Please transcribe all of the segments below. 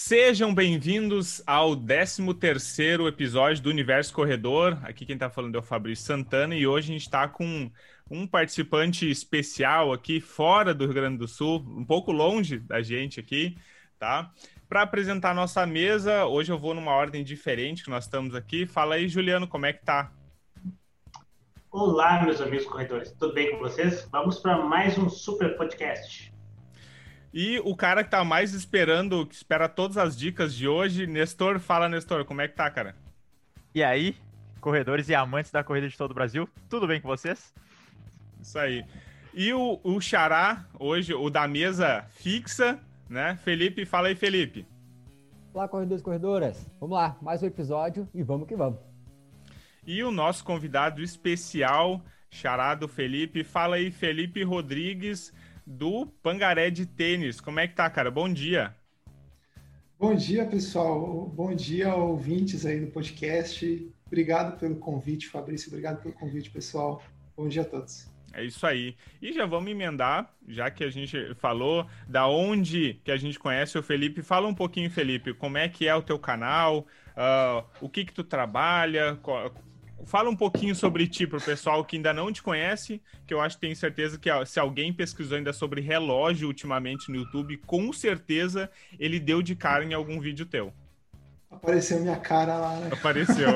Sejam bem-vindos ao 13º episódio do Universo Corredor. Aqui quem está falando é o Fabrício Santana e hoje a gente está com um participante especial aqui fora do Rio Grande do Sul, um pouco longe da gente aqui, tá? Para apresentar a nossa mesa, hoje eu vou numa ordem diferente que nós estamos aqui. Fala aí, Juliano, como é que tá? Olá, meus amigos corredores, tudo bem com vocês? Vamos para mais um super podcast. E o cara que tá mais esperando, que espera todas as dicas de hoje, Nestor. Fala, Nestor, como é que tá, cara? E aí, corredores e amantes da corrida de todo o Brasil, tudo bem com vocês? Isso aí. E o xará, hoje, o da mesa fixa, né? Felipe, fala aí, Felipe. Olá, corredores e corredoras. Vamos lá, mais um episódio e vamos que vamos. E o nosso convidado especial, xará do Felipe. Fala aí, Felipe Rodrigues, do Pangaré de Tênis. Como é que tá, cara? Bom dia. Bom dia, pessoal. Bom dia, ouvintes aí do podcast. Obrigado pelo convite, Fabrício. Obrigado pelo convite, pessoal. Bom dia a todos. É isso aí. E já vamos emendar, já que a gente falou da onde que a gente conhece o Felipe. Fala um pouquinho, Felipe, como é que é o teu canal, o que tu trabalha, fala um pouquinho sobre ti pro pessoal que ainda não te conhece, que eu acho que tenho certeza que se alguém pesquisou ainda sobre relógio ultimamente no YouTube, com certeza ele deu de cara em algum vídeo teu. Apareceu minha cara lá, né? Apareceu.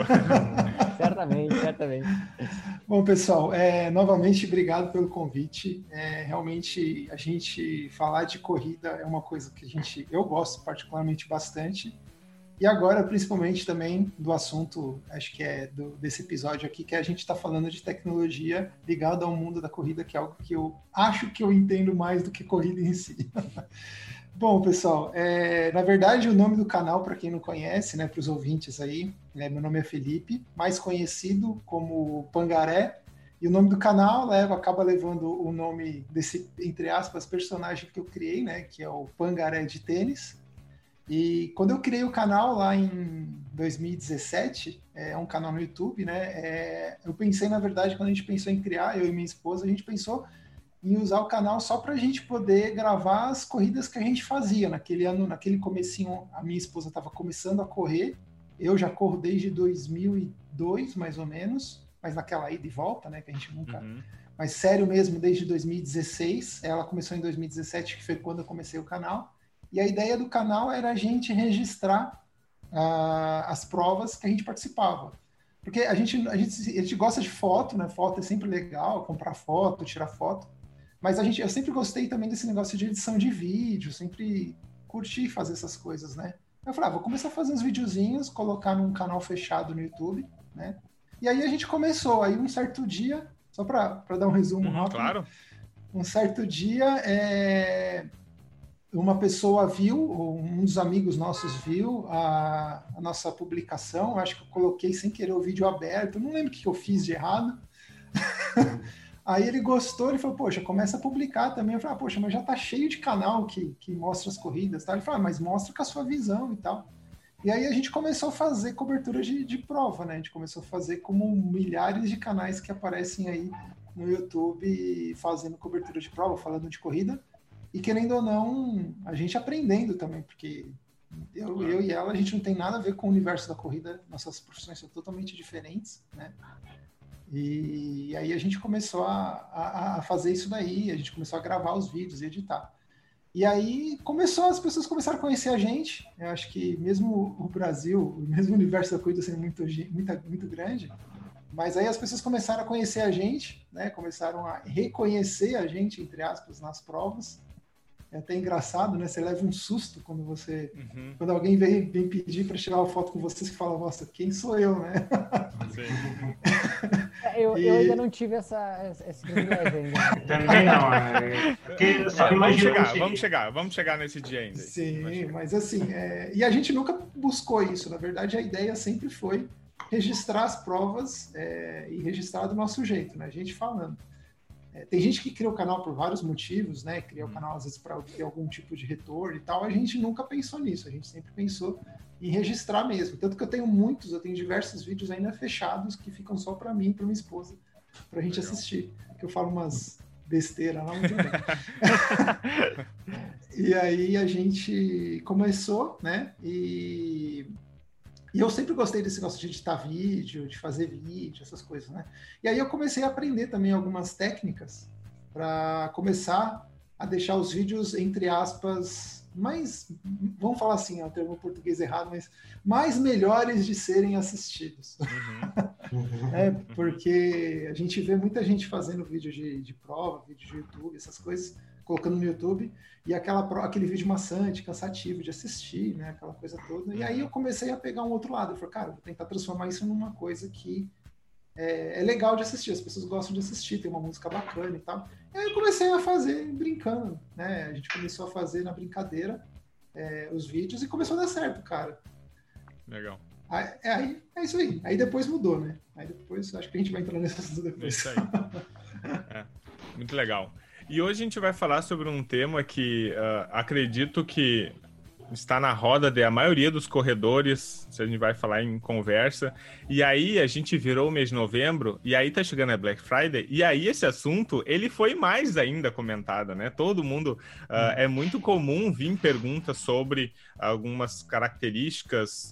Certamente. Bom, pessoal, novamente, obrigado pelo convite. Realmente, a gente falar de corrida é uma coisa que eu gosto particularmente bastante. E agora, principalmente também do assunto, acho que desse episódio aqui, que a gente está falando de tecnologia ligada ao mundo da corrida, que é algo que eu acho que eu entendo mais do que corrida em si. Bom, pessoal, na verdade o nome do canal, para quem não conhece, né, para os ouvintes aí, meu nome é Felipe, mais conhecido como Pangaré, e o nome do canal acaba levando o nome desse, entre aspas, personagem que eu criei, né, que é o Pangaré de Tênis. E quando eu criei o canal lá em 2017, é um canal no YouTube, né, eu pensei, na verdade, quando a gente pensou em criar, eu e minha esposa, a gente pensou em usar o canal só para a gente poder gravar as corridas que a gente fazia. Naquele ano, naquele comecinho, a minha esposa estava começando a correr, eu já corro desde 2002, mais ou menos, mas naquela ida e volta, né, que a gente nunca... Mas sério mesmo, desde 2016, ela começou em 2017, que foi quando eu comecei o canal, e a ideia do canal era a gente registrar as provas que a gente participava. Porque a gente gosta de foto, né, foto é sempre legal, comprar foto, tirar foto, mas eu sempre gostei também desse negócio de edição de vídeo, sempre curti fazer essas coisas, né? Eu falei, vou começar a fazer uns videozinhos, colocar num canal fechado no YouTube, né? E aí a gente começou, aí um certo dia, só para dar um resumo rápido, claro. Um certo dia, uma pessoa viu, um dos amigos nossos viu a nossa publicação, acho que eu coloquei sem querer o vídeo aberto, não lembro o que eu fiz de errado. Aí ele gostou, ele falou, poxa, começa a publicar também. Eu falei, poxa, mas já tá cheio de canal que mostra as corridas, tá? Ele falou, mas mostra com a sua visão e tal. E aí a gente começou a fazer cobertura de prova, né? A gente começou a fazer como milhares de canais que aparecem aí no YouTube fazendo cobertura de prova, falando de corrida. E querendo ou não, a gente aprendendo também, porque eu e ela, a gente não tem nada a ver com o universo da corrida, nossas profissões são totalmente diferentes, né? E aí a gente começou a fazer isso daí, a gente começou a gravar os vídeos e editar. E aí as pessoas começaram a conhecer a gente, eu acho que mesmo o Brasil, mesmo o universo da corrida sendo muito grande, mas aí as pessoas começaram a conhecer a gente, né? Começaram a reconhecer a gente, entre aspas, nas provas. É até engraçado, né? Você leva um susto quando quando alguém vem pedir para tirar uma foto com você, você fala, nossa, quem sou eu, né? Eu ainda não tive esse privilégio ainda. Também não, né? Porque só vamos chegar nesse dia ainda. Sim, mas assim, e a gente nunca buscou isso. Na verdade, a ideia sempre foi registrar as provas e registrar do nosso jeito, né? A gente falando. Tem gente que cria o canal por vários motivos, né? Cria o canal às vezes para ter algum tipo de retorno e tal. A gente nunca pensou nisso. A gente sempre pensou em registrar mesmo. Tanto que eu tenho diversos vídeos ainda fechados que ficam só para mim e para minha esposa, para a gente assistir. Que eu falo umas besteiras lá, não tem. E aí a gente começou, né? E eu sempre gostei desse negócio de editar vídeo, de fazer vídeo, essas coisas, né? E aí eu comecei a aprender também algumas técnicas para começar a deixar os vídeos, entre aspas, mais, vamos falar assim, é um termo português errado, mas mais melhores de serem assistidos. Porque a gente vê muita gente fazendo vídeo de prova, vídeo de YouTube, essas coisas, colocando no YouTube, e aquele vídeo maçante, cansativo de assistir, né, aquela coisa toda. E aí eu comecei a pegar um outro lado. Eu falei, cara, vou tentar transformar isso numa coisa que é legal de assistir, as pessoas gostam de assistir, tem uma música bacana e tal. E aí eu comecei a fazer brincando, né? A gente começou a fazer na brincadeira os vídeos e começou a dar certo, cara. Legal. Aí é isso aí. Aí depois mudou, né? Aí depois, acho que a gente vai entrar nesse assunto depois. Isso aí. Muito legal. E hoje a gente vai falar sobre um tema que acredito que está na roda da maioria dos corredores, se a gente vai falar em conversa. E aí a gente virou o mês de novembro, e aí tá chegando a Black Friday, e aí esse assunto, ele foi mais ainda comentado, né? Todo mundo, é muito comum vir perguntas sobre algumas características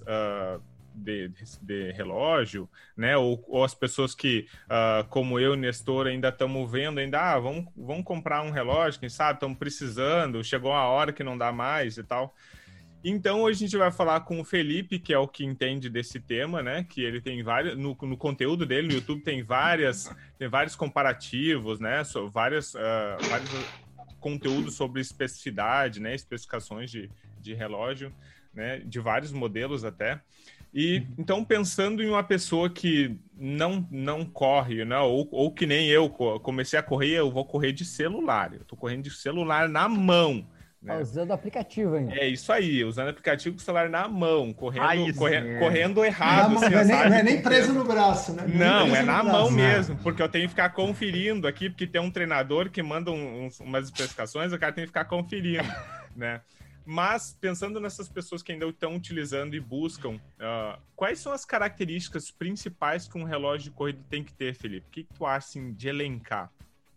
de relógio, né? Ou as pessoas que, como eu e Nestor, ainda estamos vendo, vamos comprar um relógio, quem sabe, estamos precisando, chegou a hora que não dá mais e tal. Então, hoje a gente vai falar com o Felipe, que é o que entende desse tema, né? Que ele tem vários... No conteúdo dele, no YouTube, tem vários comparativos, né? Vários conteúdos sobre especificidade, né? Especificações de relógio, né? De vários modelos até. E, então, pensando em uma pessoa que não corre, né? Ou que nem eu, comecei a correr, eu vou correr de celular. Eu tô correndo de celular na mão. Né? Usando o aplicativo ainda. É isso aí, usando o aplicativo com o celular na mão, correndo errado. Não é nem preso no braço, né? Não, é na mão mesmo, porque eu tenho que ficar conferindo aqui, porque tem um treinador que manda umas especificações, o cara tem que ficar conferindo, né? Mas, pensando nessas pessoas que ainda estão utilizando e buscam, quais são as características principais que um relógio de corrida tem que ter, Felipe? O que tu acha assim, de elencar?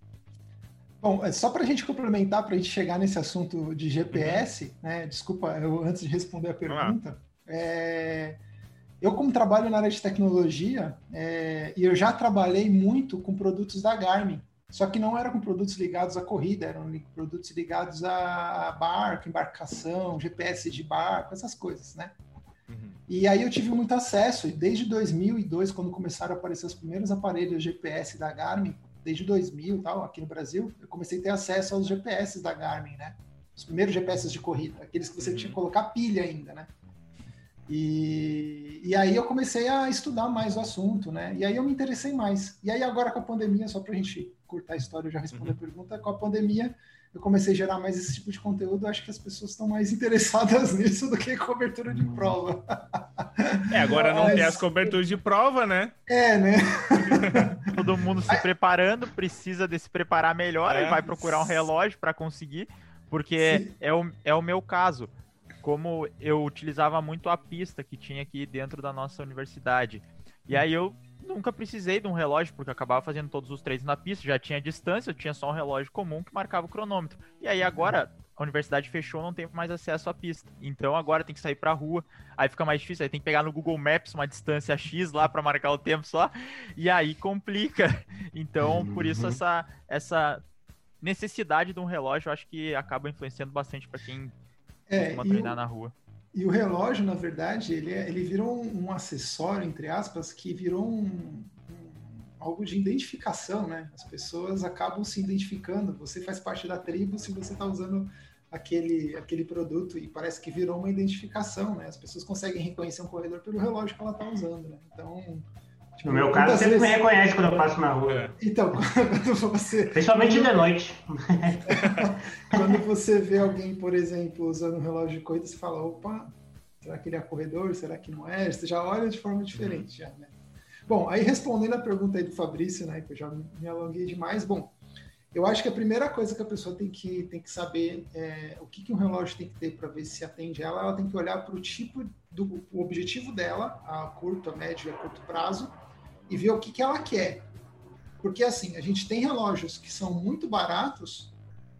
Bom, só para a gente complementar, para a gente chegar nesse assunto de GPS, né? Desculpa, antes de responder a pergunta, eu como trabalho na área de tecnologia, e eu já trabalhei muito com produtos da Garmin, só que não eram com produtos ligados à corrida, eram produtos ligados a barco, embarcação, GPS de barco, essas coisas, né? E aí eu tive muito acesso, e desde 2002, quando começaram a aparecer os primeiros aparelhos GPS da Garmin, desde 2000 tal, aqui no Brasil, eu comecei a ter acesso aos GPS da Garmin, né? Os primeiros GPS de corrida, aqueles que você tinha que colocar pilha ainda, né? E aí eu comecei a estudar mais o assunto, né? E aí eu me interessei mais. E aí agora com a pandemia, só pra gente curtar a história, eu já respondi a pergunta, com a pandemia eu comecei a gerar mais esse tipo de conteúdo, acho que as pessoas estão mais interessadas nisso do que cobertura de prova. Agora não tem as coberturas de prova, né? Né? Todo mundo se preparando, precisa de se preparar melhor, aí vai procurar um relógio para conseguir, porque é o meu caso. Como eu utilizava muito a pista que tinha aqui dentro da nossa universidade. E aí eu nunca precisei de um relógio, porque eu acabava fazendo todos os treinos na pista, já tinha distância, eu tinha só um relógio comum que marcava o cronômetro. E aí agora a universidade fechou, não tem mais acesso à pista. Então agora tem que sair pra rua, aí fica mais difícil, aí tem que pegar no Google Maps uma distância X lá para marcar o tempo só, e aí complica. Então, por isso essa necessidade de um relógio, eu acho que acaba influenciando bastante para quem costuma treinar na rua. E o relógio, na verdade, ele virou um acessório, entre aspas, que virou algo de identificação, né? As pessoas acabam se identificando. Você faz parte da tribo se você está usando aquele produto, e parece que virou uma identificação, né? As pessoas conseguem reconhecer um corredor pelo relógio que ela está usando, né? Então, no meu caso, sempre me reconhece quando eu passo na rua. Então, quando você... Principalmente de noite. Quando você vê alguém, por exemplo, usando um relógio de corrida, você fala, opa, será que ele é corredor? Será que não é? Você já olha de forma diferente, já, né? Bom, aí respondendo a pergunta aí do Fabrício, né, que eu já me alonguei demais, bom, eu acho que a primeira coisa que a pessoa tem que saber é o que um relógio tem que ter para ver se atende ela tem que olhar para o tipo o objetivo dela, a curto, a médio e a curto prazo, e ver o que ela quer. Porque, assim, a gente tem relógios que são muito baratos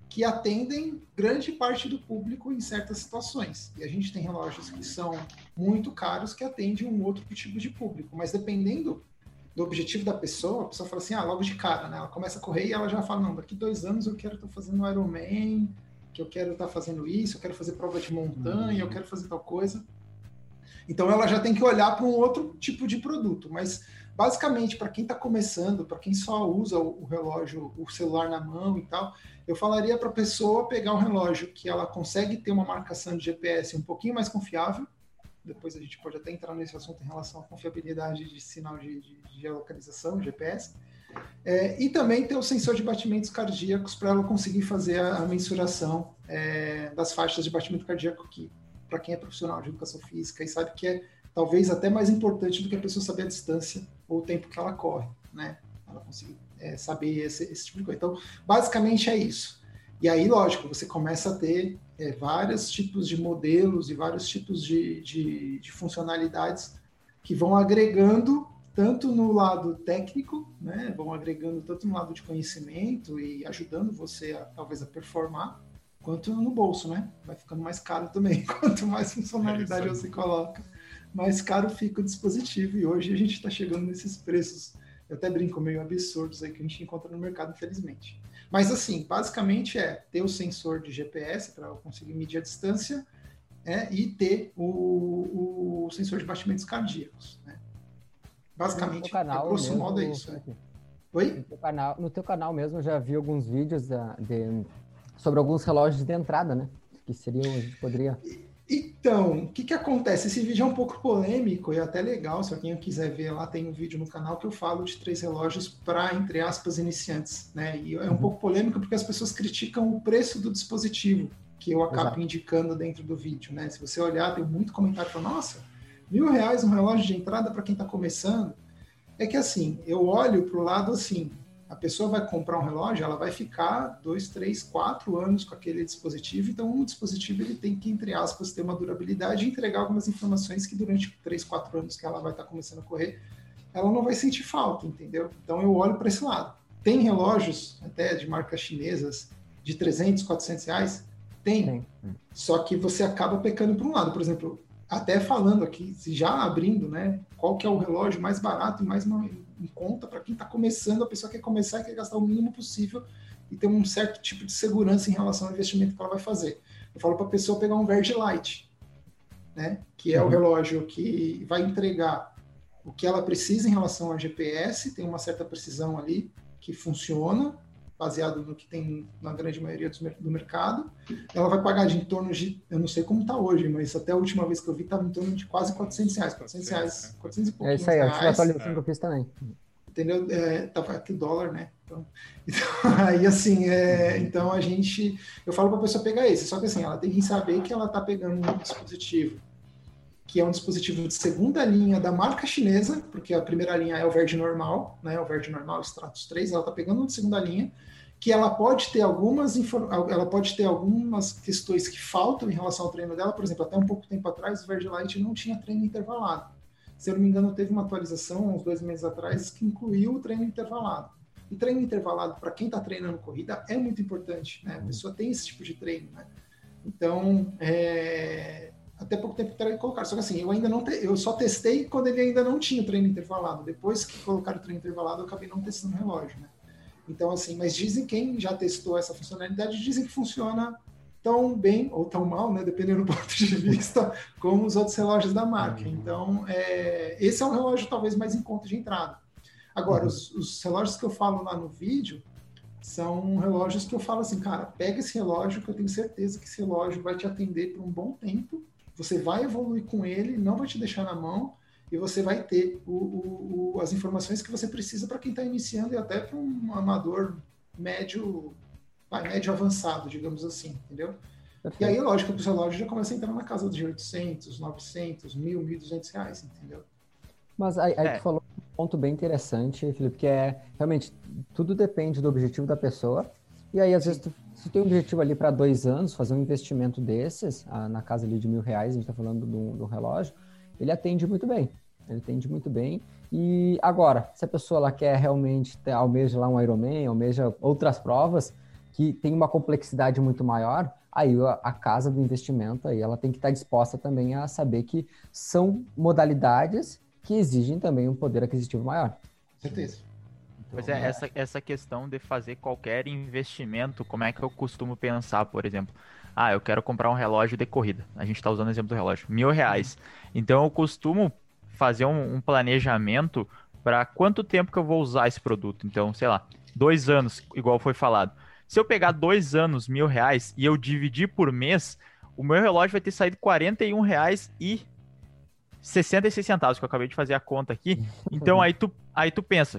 que atendem grande parte do público em certas situações. E a gente tem relógios que são muito caros que atendem um outro tipo de público. Mas dependendo do objetivo da pessoa, a pessoa fala assim, logo de cara, né? Ela começa a correr e ela já fala, não, daqui 2 anos eu quero estar fazendo um Ironman, que eu quero estar fazendo isso, eu quero fazer prova de montanha, eu quero fazer tal coisa. Então ela já tem que olhar para um outro tipo de produto. Mas basicamente, para quem está começando, para quem só usa o relógio, o celular na mão e tal, eu falaria para a pessoa pegar um relógio que ela consegue ter uma marcação de GPS um pouquinho mais confiável. Depois a gente pode até entrar nesse assunto em relação à confiabilidade de sinal de geolocalização, GPS. E também ter o sensor de batimentos cardíacos para ela conseguir fazer a mensuração das faixas de batimento cardíaco, que para quem é profissional de educação física e sabe que é talvez até mais importante do que a pessoa saber a distância ou o tempo que ela corre, né? Ela conseguir saber esse tipo de coisa. Então, basicamente é isso. E aí, lógico, você começa a ter vários tipos de modelos e vários tipos de funcionalidades que vão agregando tanto no lado técnico, né? Vão agregando tanto no lado de conhecimento e ajudando você talvez a performar, quanto no bolso, né? Vai ficando mais caro também. Quanto mais funcionalidade você coloca, mais caro fica o dispositivo. E hoje a gente está chegando nesses preços, eu até brinco, meio absurdos aí que a gente encontra no mercado, infelizmente. Mas assim, basicamente ter o sensor de GPS para eu conseguir medir a distância e ter o sensor de batimentos cardíacos, né? Basicamente, grosso modo é isso. Oi? No teu canal mesmo eu já vi alguns vídeos sobre alguns relógios de entrada, né? Que seria, a gente poderia... Então, o que acontece? Esse vídeo é um pouco polêmico e até legal, se alguém quiser ver lá, tem um vídeo no canal que eu falo de 3 relógios para, entre aspas, iniciantes, né? E é um pouco polêmico porque as pessoas criticam o preço do dispositivo que eu acabo indicando dentro do vídeo, né? Se você olhar, tem muito comentário falando, nossa, R$1.000 um relógio de entrada para quem está começando. É que assim, eu olho para o lado assim, a pessoa vai comprar um relógio, ela vai ficar 2, 3, 4 anos com aquele dispositivo, então um dispositivo ele tem que, entre aspas, ter uma durabilidade e entregar algumas informações que durante 3, 4 anos que ela vai estar começando a correr, ela não vai sentir falta, entendeu? Então eu olho para esse lado. Tem relógios, até de marcas chinesas, de 300, 400 reais? Tem. Só que você acaba pecando por um lado. Por exemplo, até falando aqui, já abrindo, né, qual que é o relógio mais barato e mais em conta para quem está começando, a pessoa quer começar e quer gastar o mínimo possível e ter um certo tipo de segurança em relação ao investimento que ela vai fazer. Eu falo para a pessoa pegar um Verde Lite, né, que é o relógio que vai entregar o que ela precisa em relação ao GPS, tem uma certa precisão ali que funciona, baseado no que tem na grande maioria do mercado. Ela vai pagar em torno de, eu não sei como está hoje, mas até a última vez que eu vi estava em torno de quase R$400. R$400 e pouquinho. É isso aí, a última atualização que eu fiz também. Entendeu? Tava aqui dólar, né? Então aí assim, então eu falo para a pessoa pegar esse, só que assim, ela tem que saber que ela está pegando um dispositivo que é um dispositivo de segunda linha da marca chinesa, porque a primeira linha é o Verde normal, né? O Verde normal, o Stratos 3, ela está pegando um de segunda linha, que ela pode ter algumas questões que faltam em relação ao treino dela. Por exemplo, até um pouco tempo atrás, o Verde Lite não tinha treino intervalado. Se eu não me engano, teve uma atualização, uns 2 meses atrás, que incluiu o treino intervalado. E treino intervalado, para quem está treinando corrida, é muito importante, né? A pessoa tem esse tipo de treino, né? Então, até pouco tempo que colocaram. Só que assim, eu ainda não eu só testei quando ele ainda não tinha o treino intervalado. Depois que colocaram o treino intervalado, eu acabei não testando o relógio, né? Então, assim, mas dizem, quem já testou essa funcionalidade, dizem que funciona tão bem ou tão mal, né, dependendo do ponto de vista, como os outros relógios da marca. Então, esse é um relógio talvez mais em conta de entrada. Agora, os relógios que eu falo lá no vídeo são relógios que eu falo assim, cara, pega esse relógio que eu tenho certeza que esse relógio vai te atender por um bom tempo, você vai evoluir com ele, não vai te deixar na mão, e você vai ter as informações que você precisa para quem está iniciando e até para um amador médio avançado, digamos assim, entendeu? Perfeito. E aí, lógico, que o relógio já começa a entrar na casa de 800, 900, 1.000, 1.200 reais, entendeu? Mas aí tu falou um ponto bem interessante, Felipe, que realmente tudo depende do objetivo da pessoa. E aí, às vezes, se tu tem um objetivo ali para 2 anos, fazer um investimento desses, na casa ali de R$1.000, a gente está falando do relógio, ele atende muito bem. E agora, se a pessoa ela quer realmente almeja lá um Ironman, almeja outras provas, que tem uma complexidade muito maior, aí a casa do investimento, aí ela tem que estar disposta também a saber que são modalidades que exigem também um poder aquisitivo maior. Com certeza. Pois é, essa questão de fazer qualquer investimento, como é que eu costumo pensar, por exemplo? Eu quero comprar um relógio de corrida. A gente está usando o exemplo do relógio. R$1.000. Então eu costumo fazer um planejamento para quanto tempo que eu vou usar esse produto. Então, sei lá, 2 anos, igual foi falado. Se eu pegar 2 anos, R$1.000 e eu dividir por mês, o meu relógio vai ter saído R$41,66, que eu acabei de fazer a conta aqui. Então aí tu pensa,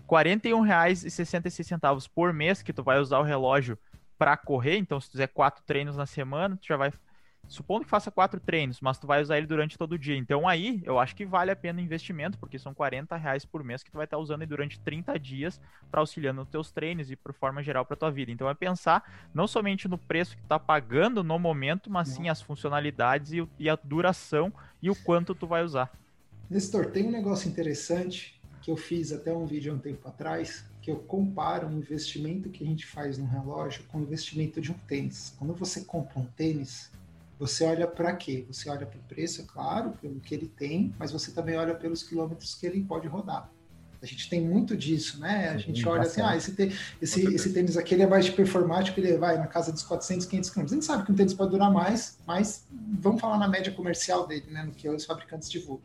R$41,66 por mês que tu vai usar o relógio para correr. Então se tu fizer 4 treinos na semana, tu já vai, supondo que faça 4 treinos, mas tu vai usar ele durante todo o dia. Então aí eu acho que vale a pena o investimento, porque são R$40 por mês que tu vai estar usando aí durante 30 dias para auxiliar nos teus treinos e por forma geral para tua vida. Então é pensar não somente no preço que tu tá pagando no momento, mas sim as funcionalidades e a duração e o quanto tu vai usar. Nestor, tem um negócio interessante que eu fiz até um vídeo há um tempo atrás, que eu comparo um investimento que a gente faz num relógio com o investimento de um tênis. Quando você compra um tênis, você olha para quê? Você olha para o preço, é claro, pelo que ele tem, mas você também olha pelos quilômetros que ele pode rodar. A gente tem muito disso, né? A gente olha assim, esse tênis aqui ele é mais performático, ele vai na casa dos 400, 500 km. A gente sabe que um tênis pode durar mais, mas vamos falar na média comercial dele, né? No que os fabricantes divulgam.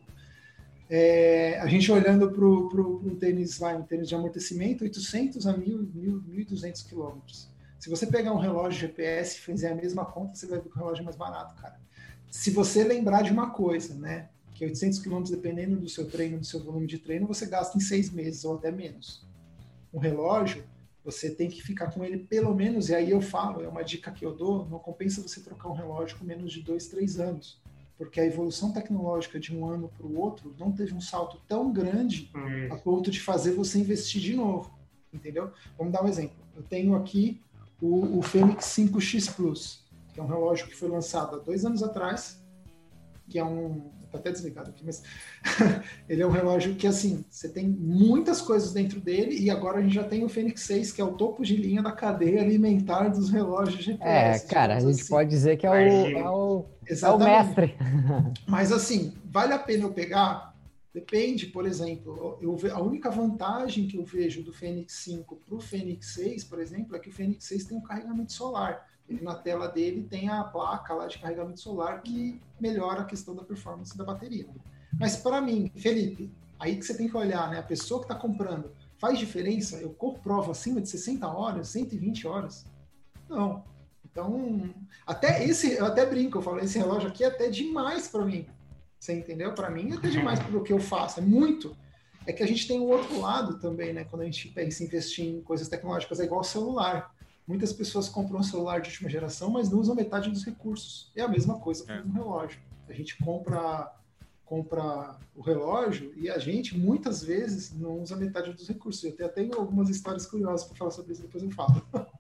A gente olhando para um tênis de amortecimento, 800 a 1.200 quilômetros. Se você pegar um relógio GPS e fizer a mesma conta, você vai ver que o relógio é mais barato, cara. Se você lembrar de uma coisa, né? Que 800 quilômetros, dependendo do seu treino, do seu volume de treino, você gasta em 6 meses ou até menos. Um relógio, você tem que ficar com ele pelo menos, e aí eu falo, é uma dica que eu dou, não compensa você trocar um relógio com menos de 2, 3 anos. Porque a evolução tecnológica de um ano para o outro não teve um salto tão grande a ponto de fazer você investir de novo, entendeu? Vamos dar um exemplo. Eu tenho aqui o Fênix 5X Plus, que é um relógio que foi lançado há 2 anos atrás, que é tá até desligado aqui, mas ele é um relógio que, assim, você tem muitas coisas dentro dele, e agora a gente já tem o Fênix 6, que é o topo de linha da cadeia alimentar dos relógios GPS. Cara, a gente assim. pode dizer que é o mestre. Mas, assim, vale a pena eu pegar? Depende, por exemplo, a única vantagem que eu vejo do Fênix 5 para o Fênix 6, por exemplo, é que o Fênix 6 tem um carregamento solar. Ele, na tela dele, tem a placa lá de carregamento solar que melhora a questão da performance da bateria. Mas para mim, Felipe, aí que você tem que olhar, né? A pessoa que está comprando, faz diferença? Eu corro prova acima de 60 horas, 120 horas? Não. Então, eu até brinco, eu falo, esse relógio aqui é até demais para mim. Você entendeu? Para mim é até demais pelo que eu faço, é muito. É que a gente tem um outro lado também, né? Quando a gente pensa em investir em coisas tecnológicas, é igual o celular. Muitas pessoas compram um celular de última geração, mas não usam metade dos recursos. É a mesma coisa com um relógio. A gente compra o relógio e a gente, muitas vezes, não usa metade dos recursos. Eu até tenho algumas histórias curiosas para falar sobre isso, depois eu falo.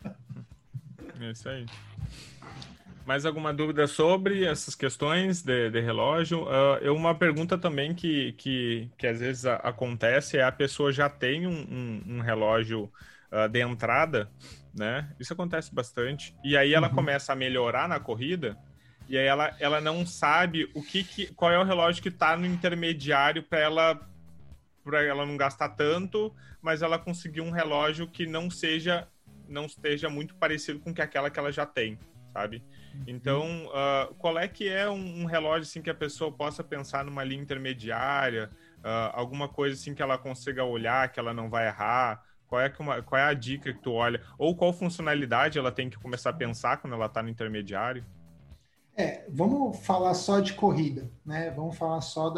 É isso aí. Mais alguma dúvida sobre essas questões de relógio? Uma pergunta também que às vezes acontece é a pessoa já tem um relógio de entrada, né? Isso acontece bastante. E aí ela começa a melhorar na corrida e aí ela não sabe qual é o relógio que está no intermediário para ela não gastar tanto, mas ela conseguir um relógio que não esteja muito parecido com aquela que ela já tem, sabe? Então, qual é que é um relógio assim, que a pessoa possa pensar numa linha intermediária, alguma coisa assim que ela consiga olhar, que ela não vai errar? Qual é a dica que tu olha? Ou qual funcionalidade ela tem que começar a pensar quando ela está no intermediário? Vamos falar só de corrida, né? Vamos falar só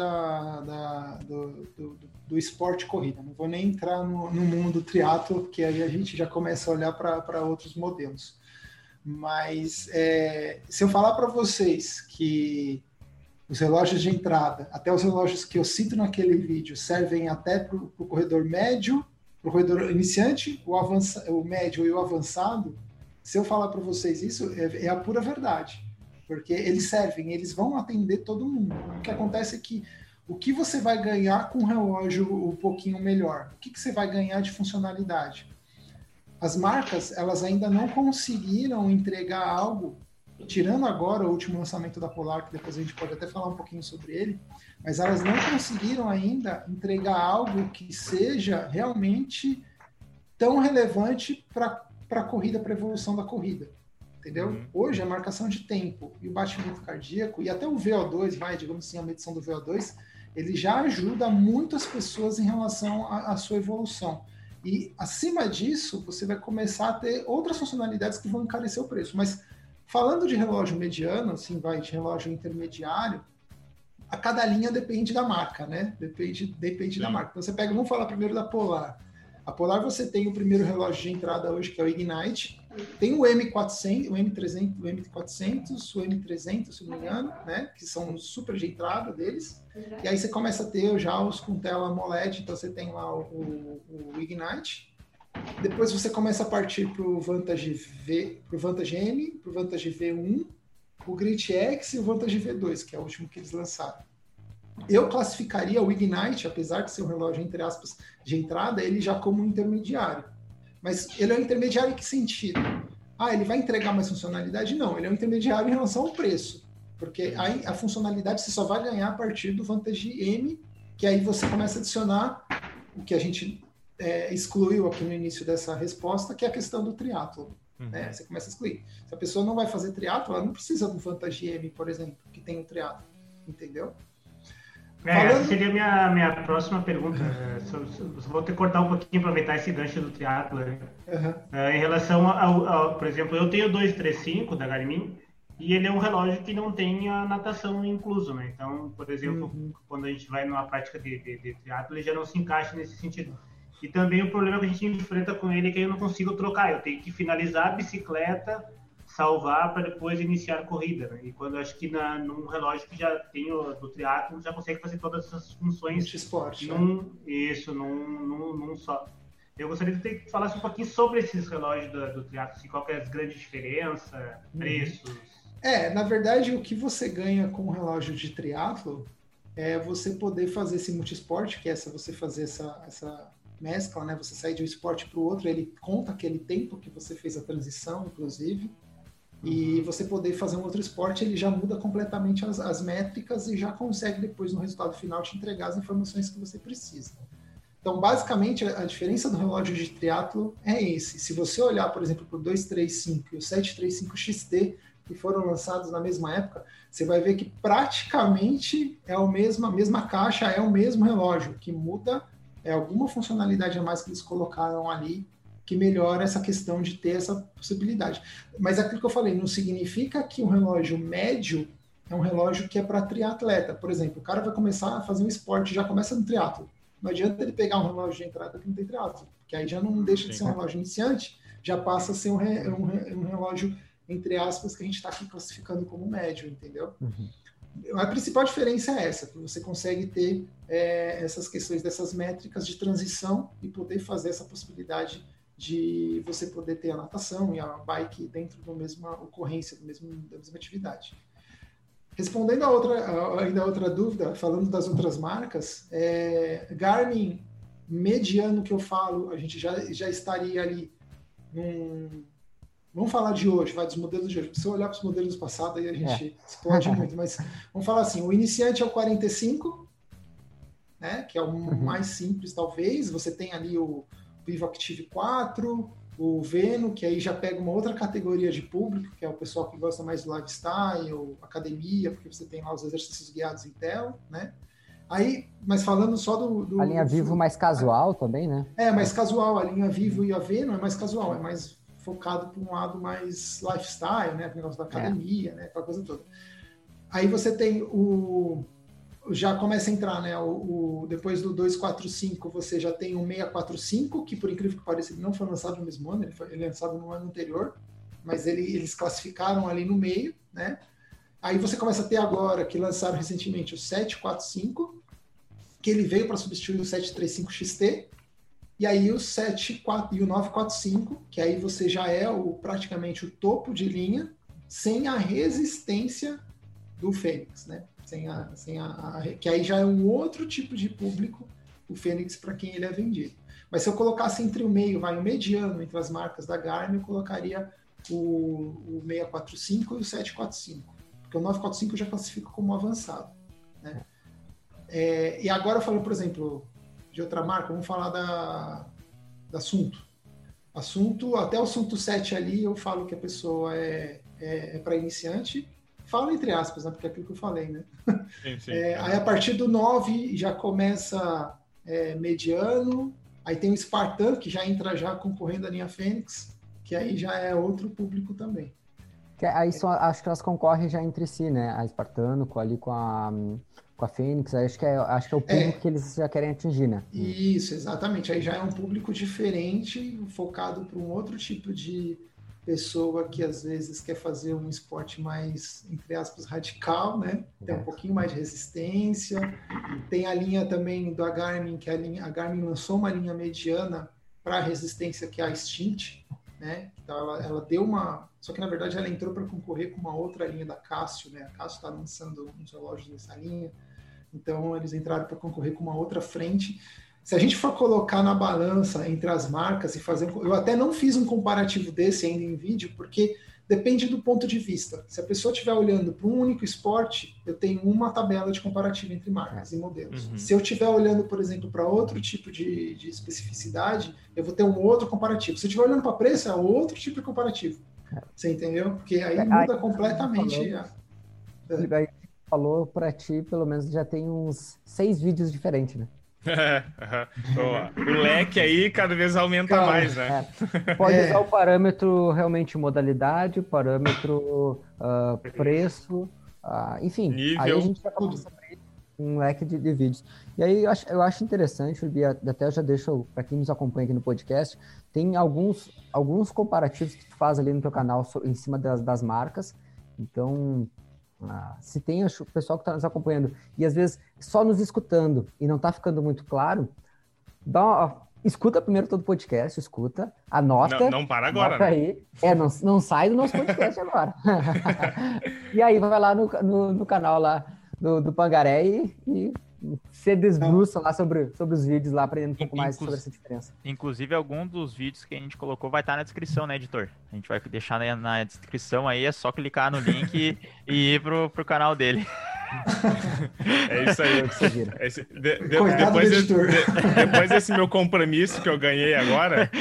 do esporte corrida. Não vou nem entrar no mundo triatlo, porque aí a gente já começa a olhar para outros modelos. Mas se eu falar para vocês que os relógios de entrada, até os relógios que eu cito naquele vídeo, servem até para o corredor médio, para o corredor iniciante, o médio e o avançado, se eu falar para vocês isso, é a pura verdade. Porque eles vão atender todo mundo. O que acontece é que o que você vai ganhar com um relógio um pouquinho melhor? O que você vai ganhar de funcionalidade? as marcas, elas ainda não conseguiram entregar algo, tirando agora o último lançamento da Polar, que depois a gente pode até falar um pouquinho sobre ele, mas elas não conseguiram ainda entregar algo que seja realmente tão relevante para a corrida, para a evolução da corrida. Entendeu? Hoje, a marcação de tempo e o batimento cardíaco, e até o VO2, digamos assim, a medição do VO2, ele já ajuda muito as pessoas em relação à sua evolução. E, acima disso, você vai começar a ter outras funcionalidades que vão encarecer o preço. Mas, falando de relógio mediano, assim, de relógio intermediário, a cada linha depende da marca, né? Depende da marca. Então, você pega, vamos falar primeiro da Polar. A Polar, você tem o primeiro relógio de entrada hoje, que é o Ignite. Tem o M400, o M300, o M400, o M300, se não me engano, né? Que são super de entrada deles. E aí você começa a ter já os com tela AMOLED, então você tem lá o Ignite. Depois você começa a partir para o Vantage M, para o Vantage V1, o Grit X e o Vantage V2, que é o último que eles lançaram. Eu classificaria o Ignite, apesar de ser um relógio, entre aspas, de entrada, ele já como um intermediário. Mas ele é um intermediário em que sentido? Ele vai entregar mais funcionalidade? Não, ele é um intermediário em relação ao preço. Porque aí a funcionalidade você só vai ganhar a partir do Vantage M, que aí você começa a adicionar o que a gente excluiu aqui no início dessa resposta, que é a questão do triatlo. Né? Você começa a excluir. Se a pessoa não vai fazer triatlo, ela não precisa do Vantage M, por exemplo, que tem o triatlo. Entendeu? Essa seria a minha próxima pergunta. Vou ter que cortar um pouquinho, aproveitar esse gancho do triatlo. Né? Em relação ao, por exemplo, eu tenho o 235 da Garmin e ele é um relógio que não tem a natação incluso. Né? Então, por exemplo, quando a gente vai numa prática de triatlo, ele já não se encaixa nesse sentido. E também o problema que a gente enfrenta com ele é que eu não consigo trocar. Eu tenho que finalizar a bicicleta, salvar para depois iniciar a corrida, né? E quando eu acho que num relógio que já tem do triatlo, já consegue fazer todas essas funções num só. Eu gostaria de que falasse um pouquinho sobre esses relógios do triatlo, assim, qual que é a grande diferença, preços. Na verdade, o que você ganha com o relógio de triatlo é você poder fazer esse multisport, que é você fazer essa mescla, né? Você sair de um esporte para o outro, ele conta aquele tempo que você fez a transição, inclusive. E você poder fazer um outro esporte, ele já muda completamente as métricas e já consegue depois no resultado final te entregar as informações que você precisa. Então, basicamente, a diferença do relógio de triatlo é esse. Se você olhar, por exemplo, para o 235 e o 735 XT, que foram lançados na mesma época, você vai ver que praticamente é a mesma caixa, é o mesmo relógio. O que muda é alguma funcionalidade a mais que eles colocaram ali, que melhora essa questão de ter essa possibilidade. Mas aquilo que eu falei, não significa que um relógio médio é um relógio que é para triatleta. Por exemplo, o cara vai começar a fazer um esporte, já começa no triatlo. Não adianta ele pegar um relógio de entrada que não tem triatlo, porque aí já não deixa de ser um relógio iniciante, já passa a ser um relógio, entre aspas, que a gente está aqui classificando como médio, entendeu? A principal diferença é essa, que você consegue ter essas questões dessas métricas de transição e poder fazer essa possibilidade de você poder ter a natação e a bike dentro da mesma ocorrência, da mesma atividade. Respondendo ainda a outra dúvida, falando das outras marcas, Garmin, mediano que eu falo, a gente já estaria ali vamos falar de hoje, dos modelos de hoje. Se eu olhar para os modelos passados, aí a gente explode muito, mas vamos falar assim, o iniciante é o 45, né, que é o mais simples, talvez. Você tem ali o Vivo Active 4, o Veno, que aí já pega uma outra categoria de público, que é o pessoal que gosta mais do lifestyle, academia, porque você tem lá os exercícios guiados em tela, né? Aí, mas falando só a linha Vivo mais casual também, né? Mais casual. A linha Vivo e a Veno é mais casual, é mais focado para um lado mais lifestyle, né? O negócio da academia, né? Aquela coisa toda. Aí você tem já começa a entrar, né? Depois do 245, você já tem o 645, que por incrível que pareça, ele não foi lançado no mesmo ano, ele foi lançado no ano anterior, mas eles classificaram ali no meio, né? Aí você começa a ter agora, que lançaram recentemente, o 745, que ele veio para substituir o 735 XT, e aí o 74 e o 945, que aí você já é praticamente o topo de linha, sem a resistência do Fênix, né? Que aí já é um outro tipo de público, o Fênix, para quem ele é vendido. Mas se eu colocasse entre o meio, o mediano entre as marcas da Garmin, eu colocaria o 645 e o 745, porque o 945 eu já classifico como avançado, né? E agora eu falo, por exemplo, de outra marca, vamos falar da Suunto. Até o Suunto 7 ali, eu falo que a pessoa é para iniciante, falo entre aspas, né, porque é aquilo que eu falei, né? Sim. Aí a partir do 9 já começa mediano, aí tem o Spartan, que já entra já concorrendo à linha Fênix, que aí já é outro público também. Aí acho que elas concorrem já entre si, né? A Spartano ali com a Fênix, acho que é o público que eles já querem atingir, né? Isso, exatamente. Aí já é um público diferente, focado para um outro tipo de pessoa que às vezes quer fazer um esporte mais, entre aspas, radical, né? Tem um pouquinho mais de resistência. Tem a linha também da Garmin, que a Garmin lançou uma linha mediana para resistência, que é a Instinct, né? Então ela deu uma... Só que na verdade ela entrou para concorrer com uma outra linha da Casio, né? A Casio está lançando uns relógios nessa linha. Então eles entraram para concorrer com uma outra frente. Se a gente for colocar na balança entre as marcas e fazer... Eu até não fiz um comparativo desse ainda em vídeo, porque depende do ponto de vista. Se a pessoa estiver olhando para um único esporte, eu tenho uma tabela de comparativo entre marcas e modelos. Se eu estiver olhando, por exemplo, para outro tipo de especificidade, eu vou ter um outro comparativo. Se eu estiver olhando para preço, é outro tipo de comparativo. Você entendeu? Porque aí muda completamente. Aí falou para ti, pelo menos já tem uns 6 vídeos diferentes, né? O leque aí cada vez aumenta mais, né? Pode usar o parâmetro realmente modalidade, o parâmetro preço, enfim, nível. Aí a gente já começa a abrir um leque de vídeos. E aí eu acho interessante, até eu já deixo para quem nos acompanha aqui no podcast, tem alguns comparativos que tu faz ali no teu canal em cima das marcas. Então, se tem o pessoal que está nos acompanhando e às vezes só nos escutando e não está ficando muito claro, escuta primeiro todo o podcast, anota. Não para agora. Anota aí. Não sai do nosso podcast agora. E aí vai lá no canal lá do Pangaré e se desbruça lá sobre os vídeos lá, aprendendo um pouco mais sobre essa diferença. Inclusive, algum dos vídeos que a gente colocou vai estar na descrição, né, editor? A gente vai deixar na descrição aí, é só clicar no link e ir pro canal dele. É isso aí. Depois desse meu compromisso que eu ganhei agora,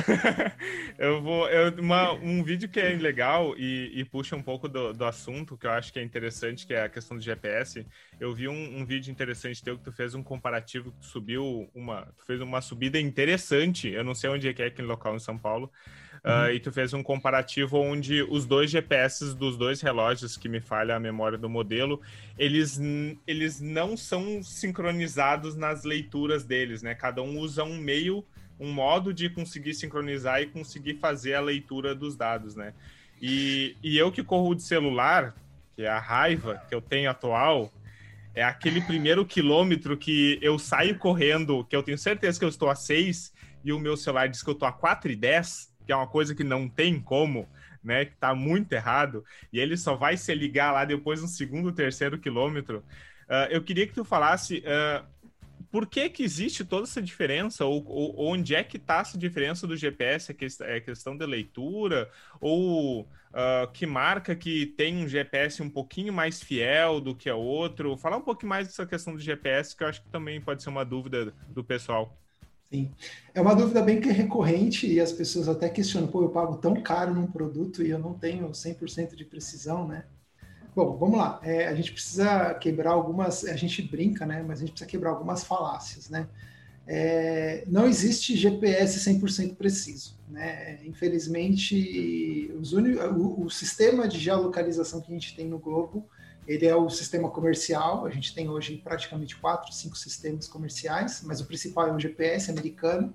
um vídeo que é legal e puxa um pouco do assunto, que eu acho que é interessante, que é a questão do GPS. Eu vi um vídeo interessante teu que tu fez um comparativo, que tu fez uma subida interessante, eu não sei onde é que é aquele local em São Paulo, e tu fez um comparativo onde os dois GPS dos dois relógios, que me falha a memória do modelo, eles não são sincronizados nas leituras deles, né? Cada um usa um modo de conseguir sincronizar e conseguir fazer a leitura dos dados, né? E eu que corro de celular, que é a raiva que eu tenho atual, é aquele primeiro quilômetro que eu saio correndo, que eu tenho certeza que eu estou a 6 e o meu celular diz que eu estou a 4,10, que é uma coisa que não tem como, né, que tá muito errado, e ele só vai se ligar lá depois no segundo, terceiro quilômetro. Eu queria que tu falasse por que existe toda essa diferença, ou onde é que tá essa diferença do GPS, é questão de leitura, ou que marca que tem um GPS um pouquinho mais fiel do que a outro? Falar um pouquinho mais dessa questão do GPS, que eu acho que também pode ser uma dúvida do pessoal. Sim, é uma dúvida bem que é recorrente e as pessoas até questionam, eu pago tão caro num produto e eu não tenho 100% de precisão, né? Bom, vamos lá, a gente precisa quebrar algumas, a gente brinca, né? Mas a gente precisa quebrar algumas falácias, né? Não existe GPS 100% preciso, né? Infelizmente, o sistema de geolocalização que a gente tem no globo, ele é o sistema comercial. A gente tem hoje praticamente 4, 5 sistemas comerciais, mas o principal é o GPS americano,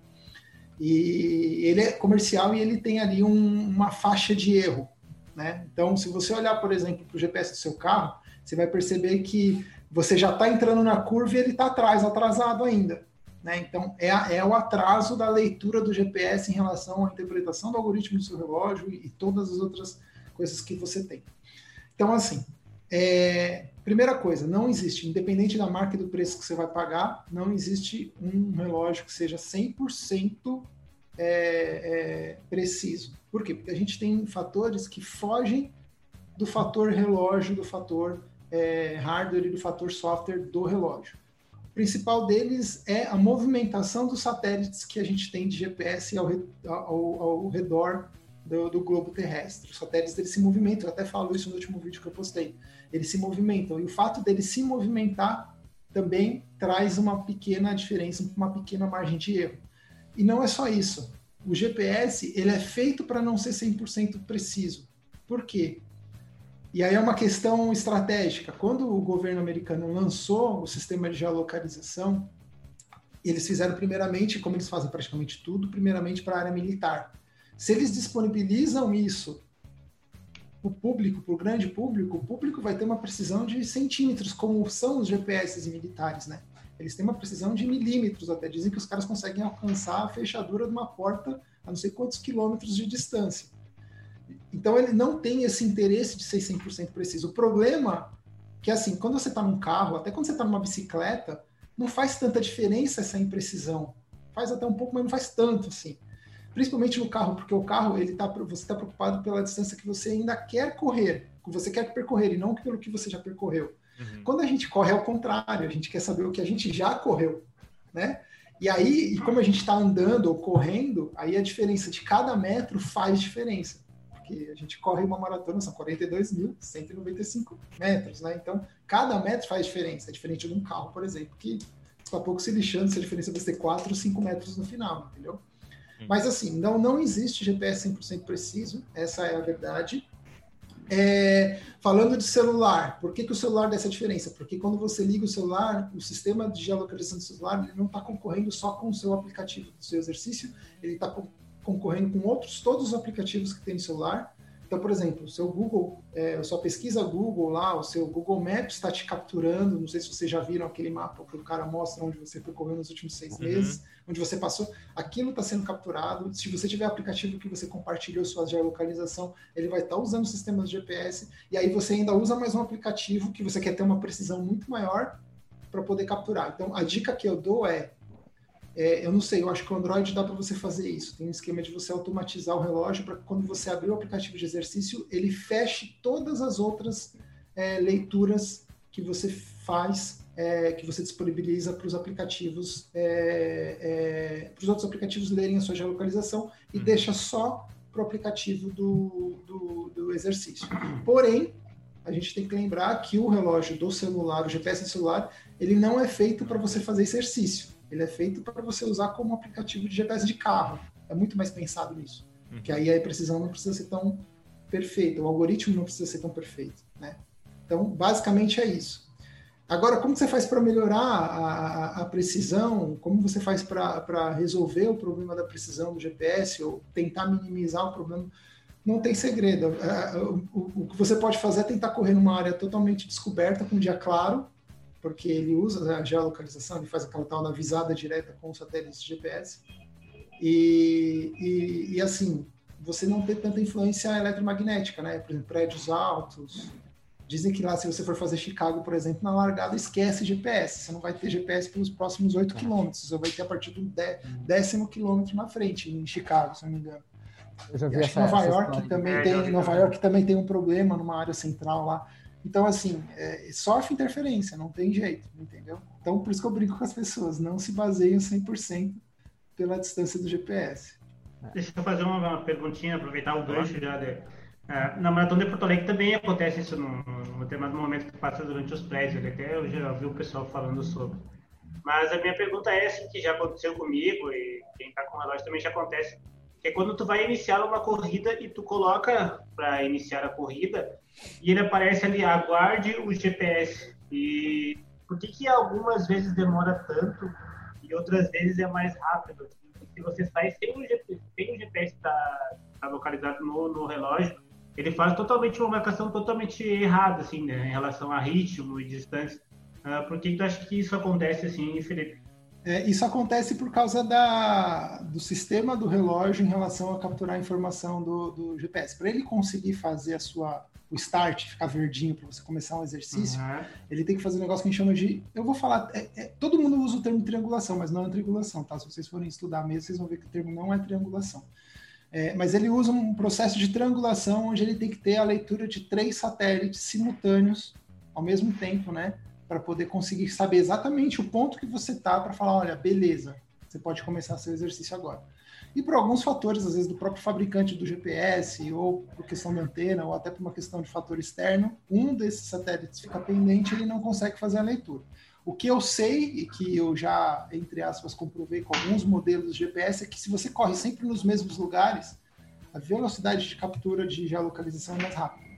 e ele é comercial e ele tem ali uma faixa de erro, né? Então, se você olhar, por exemplo, para o GPS do seu carro, você vai perceber que você já está entrando na curva e ele está atrasado ainda, né? Então, é o atraso da leitura do GPS em relação à interpretação do algoritmo do seu relógio e todas as outras coisas que você tem. Então, assim, Primeira coisa, não existe, independente da marca e do preço que você vai pagar, não existe um relógio que seja 100% preciso. Por quê? Porque a gente tem fatores que fogem do fator relógio, do fator hardware e do fator software do relógio. O principal deles é a movimentação dos satélites que a gente tem de GPS ao redor do globo terrestre. Os satélites eles se movimentam, eu até falo isso no último vídeo que eu postei. Eles se movimentam, e o fato deles se movimentar também traz uma pequena diferença, uma pequena margem de erro. E não é só isso. O GPS ele é feito para não ser 100% preciso. Por quê? E aí é uma questão estratégica. Quando o governo americano lançou o sistema de geolocalização, eles fizeram primeiramente, como eles fazem praticamente tudo, primeiramente para a área militar. Se eles disponibilizam isso para o público, para o grande público, o público vai ter uma precisão de centímetros, como são os GPS militares, né? Eles têm uma precisão de milímetros até. Dizem que os caras conseguem alcançar a fechadura de uma porta a não sei quantos quilômetros de distância. Então, ele não tem esse interesse de ser 100% preciso. O problema é que, assim, quando você está num carro, até quando você está numa bicicleta, não faz tanta diferença essa imprecisão. Faz até um pouco, mas não faz tanto, assim. Principalmente no carro, porque o carro, você está preocupado pela distância que você ainda quer correr, que você quer percorrer, e não pelo que você já percorreu. Uhum. Quando a gente corre, é o contrário, a gente quer saber o que a gente já correu, né? E aí, como a gente está andando ou correndo, aí a diferença de cada metro faz diferença. Porque a gente corre uma maratona, são 42.195 metros, né? Então, cada metro faz diferença. É diferente de um carro, por exemplo, que está pouco se lixando se a diferença vai ser 4 ou 5 metros no final, entendeu? Mas assim, não existe GPS 100% preciso, essa é a verdade. Falando de celular, por que o celular dá essa diferença? Porque quando você liga o celular, o sistema de geolocalização do celular ele não está concorrendo só com o seu aplicativo do seu exercício, ele está concorrendo com todos os aplicativos que tem no celular. Então, por exemplo, o seu Google, a sua pesquisa Google lá, o seu Google Maps está te capturando. Não sei se vocês já viram aquele mapa que o cara mostra onde você percorreu nos últimos 6 meses, onde você passou. Aquilo está sendo capturado. Se você tiver aplicativo que você compartilhou sua geolocalização, ele vai estar usando o sistema de GPS. E aí você ainda usa mais um aplicativo que você quer ter uma precisão muito maior para poder capturar. Então, a dica que eu dou eu não sei, eu acho que o Android dá para você fazer isso. Tem um esquema de você automatizar o relógio para que quando você abrir o aplicativo de exercício, ele feche todas as outras leituras que você faz, que você disponibiliza para os aplicativos, para os outros aplicativos lerem a sua geolocalização e deixa só para o aplicativo do exercício. Porém, a gente tem que lembrar que o relógio do celular, o GPS do celular, ele não é feito para você fazer exercício. Ele é feito para você usar como aplicativo de GPS de carro. É muito mais pensado nisso. Que aí a precisão não precisa ser tão perfeita, o algoritmo não precisa ser tão perfeito, né? Então, basicamente é isso. Agora, como você faz para melhorar a precisão? Como você faz para resolver o problema da precisão do GPS ou tentar minimizar o problema? Não tem segredo. O que você pode fazer é tentar correr numa área totalmente descoberta, com dia claro, porque ele usa a geolocalização, ele faz aquela tal da visada direta com os satélites de GPS. E assim, você não tem tanta influência eletromagnética, né? Por exemplo, prédios altos. Dizem que lá, se você for fazer Chicago, por exemplo, na largada, esquece GPS. Você não vai ter GPS pelos próximos 8 quilômetros. Você vai ter a partir do 10º quilômetro na frente, em Chicago, se não me engano. Eu já vi Nova York também tem um problema numa área central lá. Então, assim, sofre interferência, não tem jeito, entendeu? Então, por isso que eu brinco com as pessoas, não se baseiam 100% pela distância do GPS. Deixa eu fazer uma perguntinha, aproveitar o gancho já. Na Maratona de Porto Alegre também acontece isso no determinado momento que passa durante os prédios, até eu já ouvi o pessoal falando sobre. Mas a minha pergunta é essa, que já aconteceu comigo, e quem está com o relógio também já acontece, que é quando tu vai iniciar uma corrida e tu coloca para iniciar a corrida e ele aparece ali, aguarde o GPS. E por que algumas vezes demora tanto e outras vezes é mais rápido? Se você sai sem o GPS tá localizado no relógio, ele faz totalmente uma marcação totalmente errada, assim, né, em relação a ritmo e distância. Por que tu acha que isso acontece assim, Felipe? Isso acontece por causa do sistema do relógio em relação a capturar a informação do GPS. Para ele conseguir fazer o start, ficar verdinho para você começar um exercício, ele tem que fazer um negócio que a gente chama de... Eu vou falar... todo mundo usa o termo triangulação, mas não é triangulação, tá? Se vocês forem estudar mesmo, vocês vão ver que o termo não é triangulação. Mas ele usa um processo de triangulação onde ele tem que ter a leitura de 3 satélites simultâneos ao mesmo tempo, né? Para poder conseguir saber exatamente o ponto que você tá para falar, olha, beleza, você pode começar seu exercício agora. E por alguns fatores, às vezes, do próprio fabricante do GPS, ou por questão da antena, ou até por uma questão de fator externo, um desses satélites fica pendente e ele não consegue fazer a leitura. O que eu sei, e que eu já, entre aspas, comprovei com alguns modelos de GPS, é que se você corre sempre nos mesmos lugares, a velocidade de captura de geolocalização é mais rápida.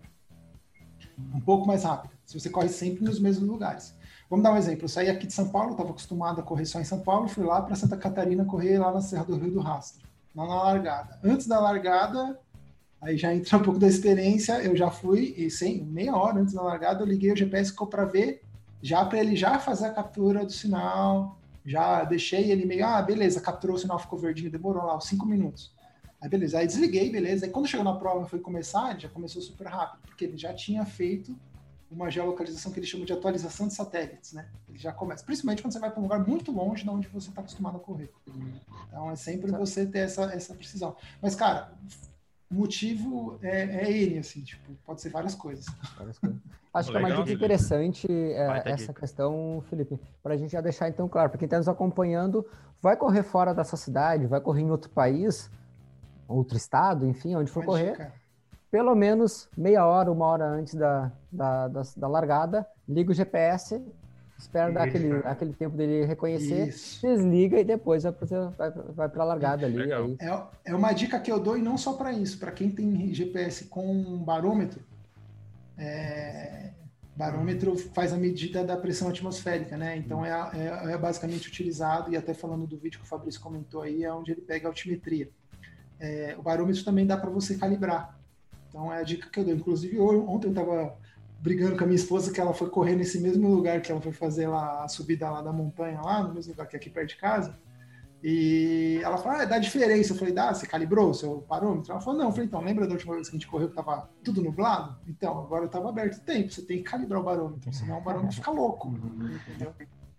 Um pouco mais rápida, se você corre sempre nos mesmos lugares. Vamos dar um exemplo. Eu saí aqui de São Paulo, estava acostumado a correr só em São Paulo, fui lá para Santa Catarina correr lá na Serra do Rio do Rastro, lá na largada. Antes da largada, aí já entra um pouco da experiência, eu já fui, e meia hora antes da largada, eu liguei o GPS para ver, já para ele já fazer a captura do sinal, já deixei ele meio, beleza, capturou o sinal, ficou verdinho, demorou lá uns 5 minutos. Aí beleza, aí desliguei, beleza. Aí quando chegou na prova e foi começar, ele já começou super rápido, porque ele já tinha feito uma geolocalização que eles chamam de atualização de satélites, né? Ele já começa, principalmente quando você vai para um lugar muito longe de onde você está acostumado a correr. Então é sempre você ter essa precisão. Mas, cara, o motivo é ele, assim, tipo, pode ser várias coisas. Acho que é uma dica interessante essa questão, Felipe, para a gente já deixar então claro, para quem está nos acompanhando, vai correr fora dessa cidade, vai correr em outro país, outro estado, enfim, onde for correr, pelo menos meia hora, 1 hora antes da largada, liga o GPS, espera dar aquele tempo dele reconhecer, desliga e depois vai para a largada ali. Aí. É uma dica que eu dou, e não só para isso, para quem tem GPS com barômetro. Barômetro faz a medida da pressão atmosférica, né? Então é basicamente utilizado, e até falando do vídeo que o Fabrício comentou aí, é onde ele pega a altimetria. O barômetro também dá para você calibrar. Então é a dica que eu dou. Inclusive, ontem eu estava brigando com a minha esposa, que ela foi correr nesse mesmo lugar que ela foi fazer lá, a subida lá da montanha, lá no mesmo lugar que é aqui perto de casa. E ela falou, dá diferença. Eu falei, você calibrou o seu parâmetro? Ela falou, não. Eu falei, então, lembra da última vez que a gente correu que estava tudo nublado? Então, agora estava aberto o tempo, você tem que calibrar o barômetro, senão o barômetro fica louco, entendeu?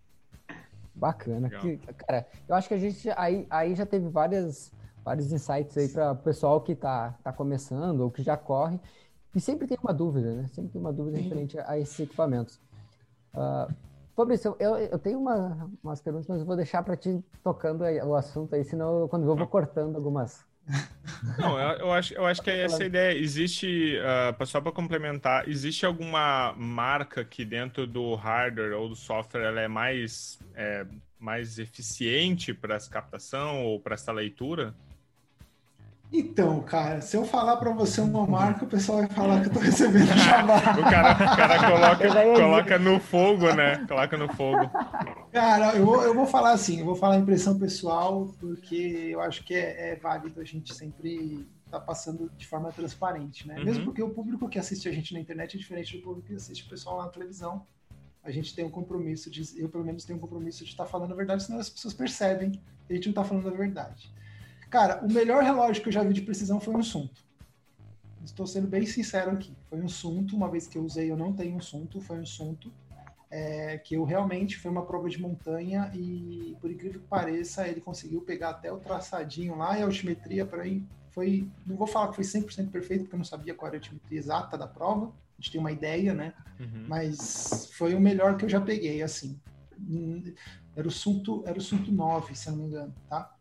Bacana. Cara, eu acho que a gente aí já teve vários insights aí para o pessoal que tá começando ou que já corre. E sempre tem uma dúvida, né? Sempre tem uma dúvida referente a esses equipamentos. Fabrício, eu tenho umas perguntas, mas eu vou deixar para ti tocando o assunto aí, senão quando eu vou cortando algumas. Não, eu acho que é essa a ideia. Existe, só para complementar, existe alguma marca que dentro do hardware ou do software ela é mais eficiente para essa captação ou para essa leitura? Então, cara, se eu falar para você uma marca, o pessoal vai falar que eu tô recebendo jabá. O cara coloca no fogo, né? Coloca no fogo. Cara, eu vou falar assim, eu vou falar impressão pessoal, porque eu acho que é válido a gente sempre estar passando de forma transparente, né? Mesmo porque o público que assiste a gente na internet é diferente do público que assiste o pessoal lá na televisão. A gente tem um compromisso, eu pelo menos tenho um compromisso de estar falando a verdade, senão as pessoas percebem que a gente não está falando a verdade. Cara, o melhor relógio que eu já vi de precisão foi um Sunto. Estou sendo bem sincero aqui. Foi um Sunto, uma vez que eu usei, eu não tenho um Sunto, foi um Sunto, que eu realmente, foi uma prova de montanha e, por incrível que pareça, ele conseguiu pegar até o traçadinho lá e a altimetria para mim foi, não vou falar que foi 100% perfeito, porque eu não sabia qual era a altimetria exata da prova, a gente tem uma ideia, né? Mas foi o melhor que eu já peguei, assim. Era o Sunto 9, se eu não me engano, tá?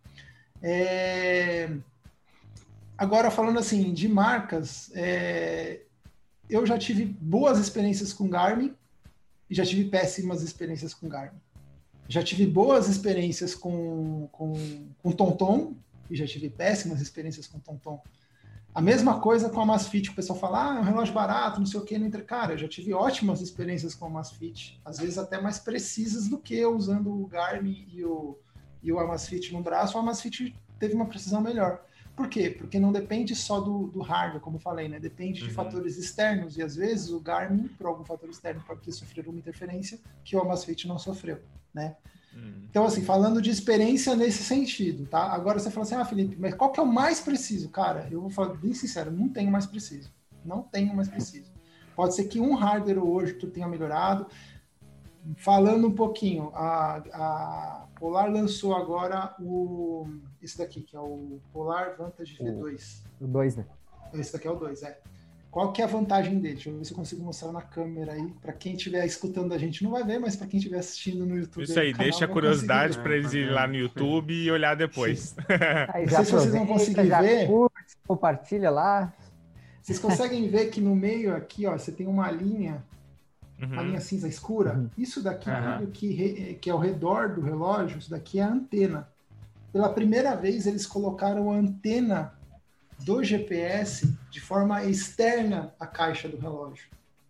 Agora, falando assim, de marcas, eu já tive boas experiências com Garmin e já tive péssimas experiências com Garmin. Já tive boas experiências com TomTom e já tive péssimas experiências com TomTom. A mesma coisa com a Amazfit, o pessoal fala, é um relógio barato, não sei o que, não entra. Cara, eu já tive ótimas experiências com a Amazfit, às vezes até mais precisas do que eu usando o Garmin e o Amazfit no braço. O Amazfit teve uma precisão melhor. Por quê? Porque não depende só do hardware, como eu falei, né? Depende de fatores externos, e às vezes o Garmin, por algum fator externo, pode ter sofrido uma interferência que o Amazfit não sofreu, né? Então, assim, falando de experiência nesse sentido, tá? Agora você fala assim, Felipe, mas qual que é o mais preciso? Cara, eu vou falar bem sincero, não tenho mais preciso. Não tenho mais preciso. Pode ser que um hardware hoje tu tenha melhorado. Falando um pouquinho, a Polar lançou agora esse daqui, que é o Polar Vantage V2. O 2, né? Esse daqui é o 2, Qual que é a vantagem dele? Deixa eu ver se eu consigo mostrar na câmera aí. Para quem estiver escutando a gente não vai ver, mas para quem estiver assistindo no YouTube... Isso aí, deixa a curiosidade para eles irem lá no YouTube e olhar depois. Aí, não sei se vocês vão conseguir ver. Curte, compartilha lá. Vocês conseguem ver que no meio aqui, ó, você tem uma linha... Uma linha cinza escura. Isso daqui, que é ao redor do relógio, isso daqui é a antena. Pela primeira vez, eles colocaram a antena do GPS de forma externa à caixa do relógio.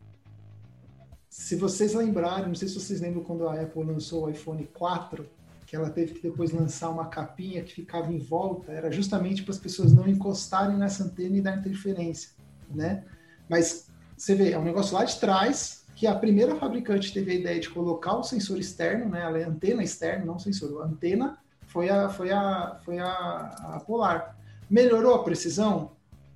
Se vocês lembrarem, não sei se vocês lembram quando a Apple lançou o iPhone 4, que ela teve que depois lançar uma capinha que ficava em volta, era justamente para as pessoas não encostarem nessa antena e dar interferência, né? Mas você vê, é um negócio lá de trás, que a primeira fabricante teve a ideia de colocar o sensor externo, né, a antena externa, não o sensor, a antena foi a Polar. Melhorou a precisão?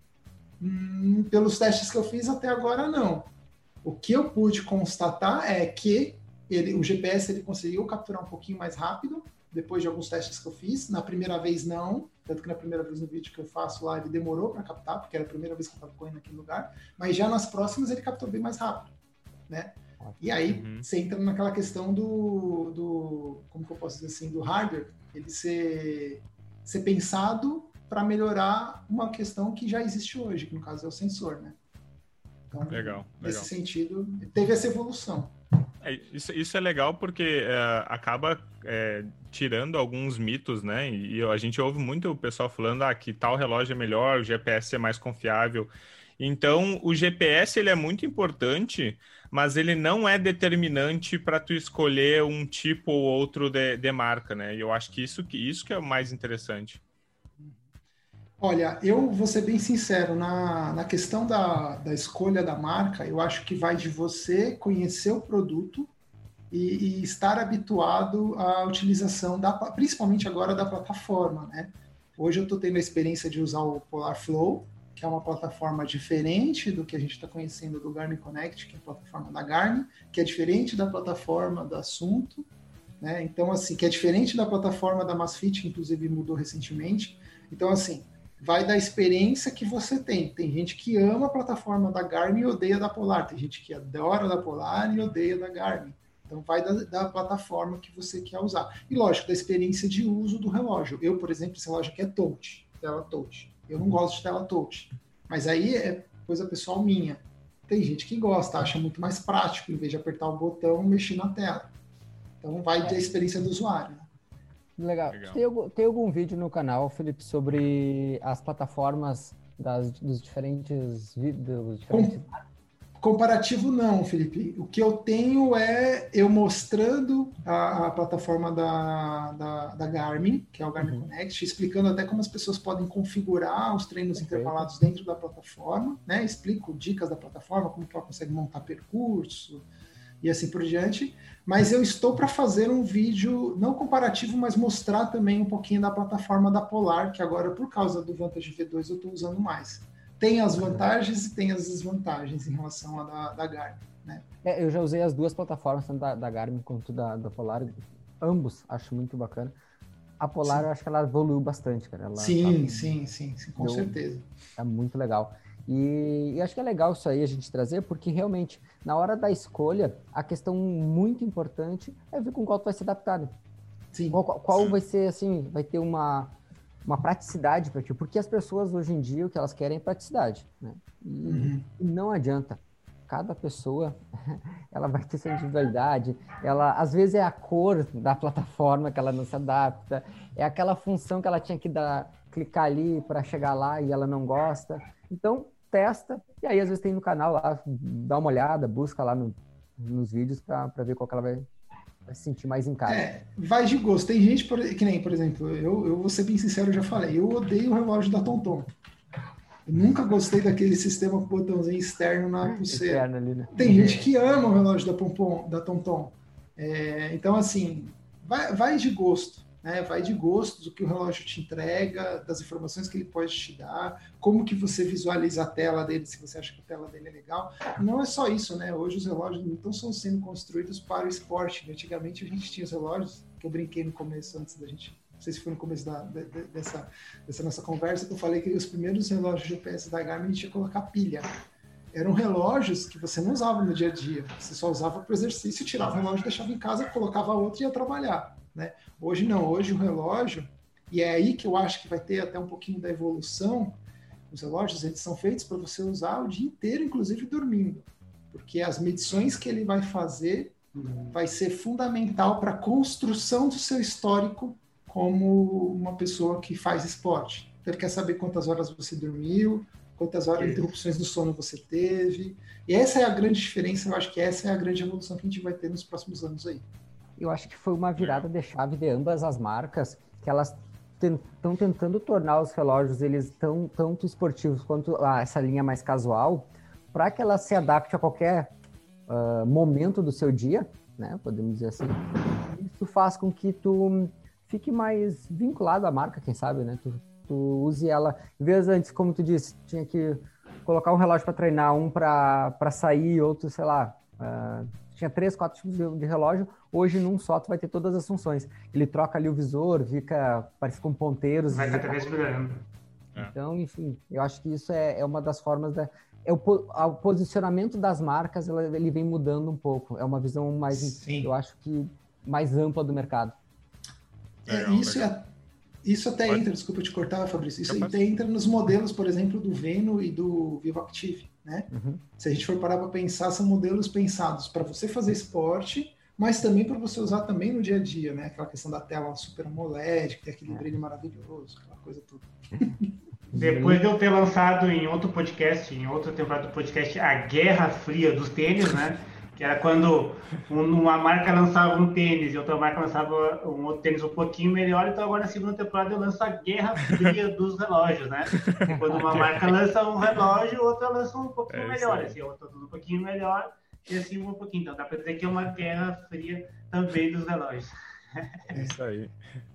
Pelos testes que eu fiz até agora, não. O que eu pude constatar é que o GPS ele conseguiu capturar um pouquinho mais rápido, depois de alguns testes que eu fiz. Na primeira vez, não. Tanto que na primeira vez no vídeo que eu faço lá, ele demorou para captar, porque era a primeira vez que eu estava correndo naquele lugar. Mas já nas próximas, ele captou bem mais rápido. Né? E aí você entra naquela questão do como que eu posso dizer assim, do hardware, ele ser pensado para melhorar uma questão que já existe hoje, que no caso é o sensor, né? Então, legal. Nesse sentido, teve essa evolução. Isso é legal porque acaba tirando alguns mitos, né? E a gente ouve muito o pessoal falando que tal relógio é melhor, o GPS é mais confiável. Então, o GPS ele é muito importante, mas ele não é determinante para tu escolher um tipo ou outro de marca, né? E eu acho que isso que é o mais interessante. Olha, eu vou ser bem sincero, na questão da escolha da marca, eu acho que vai de você conhecer o produto e estar habituado à utilização, principalmente agora, da plataforma, né? Hoje eu estou tendo a experiência de usar o Polar Flow, que é uma plataforma diferente do que a gente está conhecendo do Garmin Connect, que é a plataforma da Garmin, que é diferente da plataforma da Suunto, né? Então, assim, que é diferente da plataforma da Amazfit, que inclusive mudou recentemente. Então, assim, vai da experiência que você tem. Tem gente que ama a plataforma da Garmin e odeia da Polar. Tem gente que adora da Polar e odeia da Garmin. Então, vai da plataforma que você quer usar. E, lógico, da experiência de uso do relógio. Eu, por exemplo, esse relógio aqui é touch, tela touch. Eu não gosto de tela touch, mas aí é coisa pessoal minha. Tem gente que gosta, acha muito mais prático, em vez de apertar o botão, mexer na tela. Então vai da experiência do usuário. Né? Legal. Tem algum vídeo no canal, Felipe, sobre as plataformas dos diferentes Comparativo não, Felipe. O que eu tenho é eu mostrando a plataforma da Garmin, que é o Garmin Connect, explicando até como as pessoas podem configurar os treinos intervalados dentro da plataforma, né? Explico dicas da plataforma, como que ela consegue montar percurso e assim por diante. Mas eu estou para fazer um vídeo, não comparativo, mas mostrar também um pouquinho da plataforma da Polar, que agora, por causa do Vantage V2, eu estou usando mais. Tem as vantagens e tem as desvantagens em relação à da Garmin, né? Eu já usei as duas plataformas, tanto da Garmin quanto da Polar. Ambos acho muito bacana. A Polar, eu acho que ela evoluiu bastante, cara. Ela sim, com certeza. É muito legal. E acho que é legal isso aí a gente trazer, porque realmente, na hora da escolha, a questão muito importante é ver com qual tu vai se adaptar, né? Sim. Qual vai ser, assim, vai ter uma praticidade para ti, porque as pessoas hoje em dia o que elas querem é praticidade, né? E não adianta. Cada pessoa, ela vai ter sua individualidade, às vezes é a cor da plataforma que ela não se adapta, é aquela função que ela tinha que clicar ali para chegar lá e ela não gosta. Então, testa, e aí às vezes tem no canal lá, dá uma olhada, busca lá nos vídeos para ver qual que ela vai se sentir mais em casa. Vai de gosto. Tem gente, que nem, por exemplo, eu vou ser bem sincero, eu já falei, eu odeio o relógio da TomTom. Eu nunca gostei daquele sistema com botãozinho externo na pulseira. Ali, né? Tem gente que ama o relógio da TomTom. Então, assim, vai de gosto, né? Vai de gosto do que o relógio te entrega, das informações que ele pode te dar, como que você visualiza a tela dele, se você acha que a tela dele é legal. Não é só isso, né? Hoje os relógios não estão sendo construídos para o esporte. Antigamente a gente tinha os relógios, que eu brinquei no começo, antes da gente... Não sei se foi no começo dessa nossa conversa, que eu falei que os primeiros relógios GPS da Garmin a gente ia colocar pilha. Eram relógios que você não usava no dia a dia, você só usava para o exercício, tirava o relógio, deixava em casa, colocava outro e ia trabalhar, né? Hoje não, hoje o relógio, e é aí que eu acho que vai ter até um pouquinho da evolução, os relógios eles são feitos para você usar o dia inteiro, inclusive dormindo, porque as medições que ele vai fazer vai ser fundamental para a construção do seu histórico como uma pessoa que faz esporte. Então, ele quer saber quantas horas você dormiu, quantas horas de interrupções do sono você teve. E essa é a grande diferença, eu acho que essa é a grande evolução que a gente vai ter nos próximos anos aí. Eu acho que foi uma virada de chave de ambas as marcas, que elas estão tentando tornar os relógios eles tanto esportivos quanto essa linha mais casual, para que ela se adapte a qualquer momento do seu dia, né? Podemos dizer assim. Isso faz com que tu fique mais vinculado à marca, quem sabe, né? Tu use ela, em vez antes, como tu disse, tinha que colocar um relógio para treinar, um para sair, outro, sei lá, tinha 3, 4 tipos de relógio, hoje num só tu vai ter todas as funções. Ele troca ali o visor, parece com ponteiros. Vai cada vez melhorando. Então, enfim, eu acho que isso é uma das formas o posicionamento das marcas, ele vem mudando um pouco, é uma visão mais, Sim. Eu acho que mais ampla do mercado. Isso até entra, desculpa te cortar, Fabrício, isso até entra nos modelos, por exemplo, do Venu e do Vivo Active, né? Uhum. Se a gente for parar para pensar, são modelos pensados para você fazer esporte, mas também para você usar também no dia a dia, né? Aquela questão da tela Super AMOLED, que tem aquele brilho maravilhoso, aquela coisa toda. Depois de eu ter lançado em outro podcast, em outra temporada do podcast, a Guerra Fria dos Tênis, né? Que era quando uma marca lançava um tênis e outra marca lançava um outro tênis um pouquinho melhor. Então agora na segunda temporada eu lanço a Guerra Fria dos relógios, né? Quando uma marca lança um relógio, outra lança um pouquinho melhor, assim, outra um pouquinho melhor e assim um pouquinho. Então dá para dizer que é uma Guerra Fria também dos relógios. É isso aí.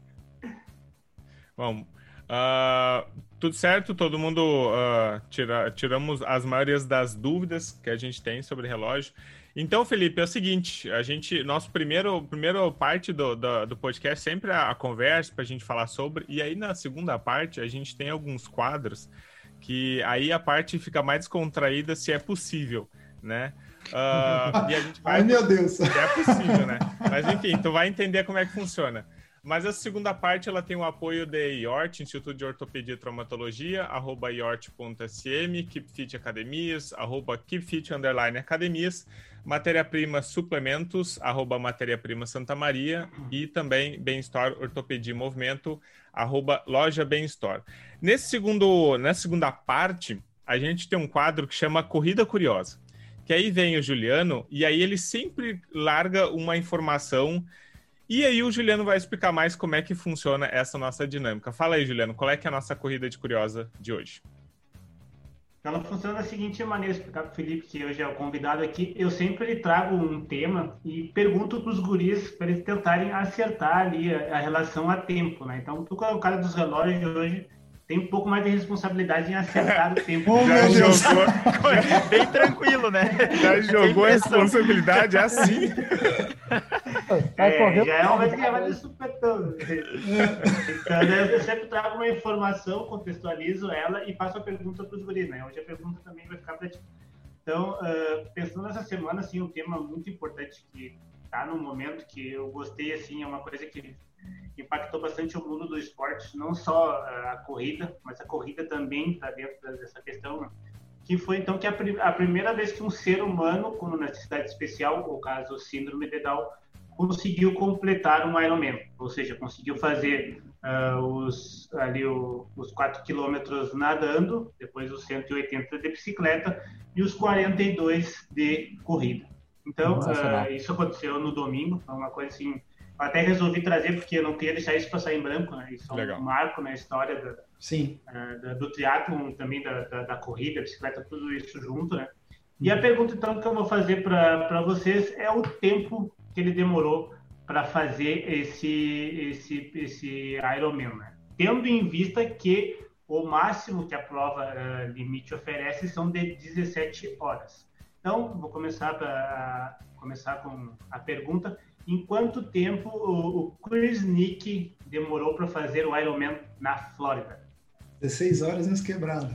Bom, tudo certo? Todo mundo tiramos as maiorias das dúvidas que a gente tem sobre relógio. Então, Felipe, é o seguinte, nosso primeira parte do podcast sempre a conversa para a gente falar sobre, e aí na segunda parte a gente tem alguns quadros que aí a parte fica mais descontraída se é possível, né? E a gente vai... Ai, meu Deus! Se é possível, né? Mas enfim, tu vai entender como é que funciona. Mas a segunda parte, ela tem o apoio da IORT, Instituto de Ortopedia e Traumatologia, @iort.sm, KeepFit Academias, @KeepFit_Academias, Matéria-Prima Suplementos, @Matéria-Prima Santa Maria, e também Bem-Store Ortopedia e Movimento, @Loja Bem-Store. Nessa segunda parte, a gente tem um quadro que chama Corrida Curiosa, que aí vem o Juliano, e aí ele sempre larga uma informação. E aí o Juliano vai explicar mais como é que funciona essa nossa dinâmica. Fala aí, Juliano, qual é que é a nossa corrida de curiosa de hoje? Ela funciona da seguinte maneira, explicar para o Felipe, que hoje é o convidado aqui. Eu sempre trago um tema e pergunto para os guris para eles tentarem acertar ali a relação a tempo, né? Então, tu, o cara dos relógios de hoje, tem um pouco mais de responsabilidade em acertar o tempo. Já jogou. Bem tranquilo, né? Já jogou a responsabilidade assim. Já é uma coisa que vai de supetão. Então, eu sempre trago uma informação, contextualizo ela e passo a pergunta para os guris, né? Hoje a pergunta também vai ficar para ti. Então, pensando nessa semana, assim, um tema muito importante que está no momento que eu gostei, assim, é uma coisa que impactou bastante o mundo do esporte, não só a corrida, mas a corrida também está dentro dessa questão, né? Que foi, então, que a primeira vez que um ser humano com necessidade especial, ou caso síndrome de Down, conseguiu completar um Ironman, ou seja, conseguiu fazer os 4 quilômetros nadando, depois os 180 de bicicleta e os 42 de corrida. Então, isso aconteceu no domingo, foi uma coisa assim, eu até resolvi trazer porque eu não queria deixar isso passar em branco, né? Isso é um marco na história do triatlon, também da corrida, bicicleta, tudo isso junto, né? E a pergunta, então, que eu vou fazer para vocês é o tempo que ele demorou para fazer esse Ironman, né? Tendo em vista que o máximo que a prova limite oferece são de 17 horas. Então, vou começar com a pergunta: em quanto tempo o Chris Nick demorou para fazer o Ironman na Flórida? 16 horas nos quebrados.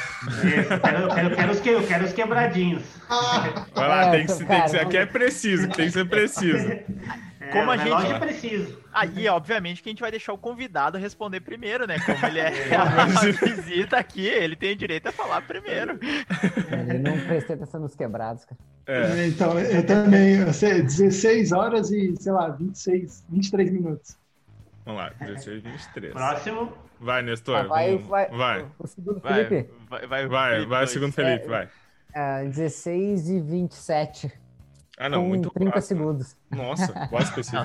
Eu quero os quebradinhos. Vai lá, tem que ser, aqui é preciso, tem que ser preciso. Como a gente é preciso. Aí, obviamente, que a gente vai deixar o convidado responder primeiro, né? Como ele é a visita aqui, ele tem o direito a falar primeiro. Eu não prestei atenção nos quebrados, cara. Então, eu também, 16 horas e, sei lá, 23 minutos. Vamos lá, 16 e 23. Próximo. Vai, Nestor. Vai. O segundo Felipe. Vai, o segundo Felipe, vai. 16 e 27. Ah, não, com muito 30 próximo. segundos. Nossa, quase específico.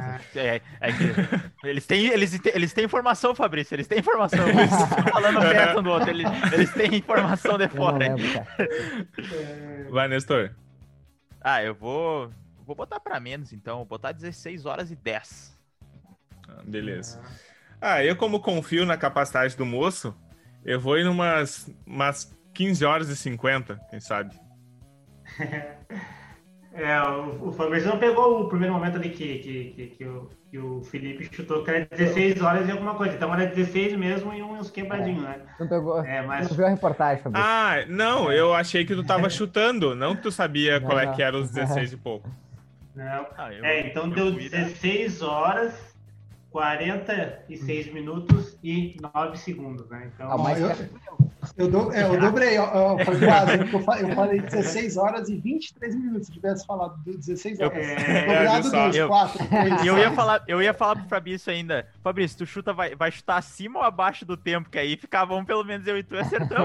Eles têm informação, Fabrício, eles têm informação. Eles estão falando perto um do outro, eles têm informação de fora. Eu não lembro, cara. Vai, Nestor. Eu vou botar pra menos, então. Vou botar 16 horas e 10. Beleza. Eu como confio na capacidade do moço, eu vou ir umas 15 horas e 50, quem sabe. O Fabrício não pegou o primeiro momento ali que o Felipe chutou, que era 16 horas e alguma coisa. Então era 16 mesmo e uns quebradinhos, né? Não pegou. Mas... Não viu a reportagem, Fabrício. Não, eu achei que tu tava chutando, não que tu sabia qual é que era os 16 e pouco. Não. Então deu 16 horas, 46 minutos e 9 segundos, né? Então... Eu dobrei, foi quase, eu falei 16 horas e 23 minutos, se tivesse falado 16 horas. Dobrado 2, 4, 3. Eu ia falar pro Fabrício ainda, Fabrício, tu chuta, vai chutar acima ou abaixo do tempo, que aí ficavam pelo menos eu e tu acertamos.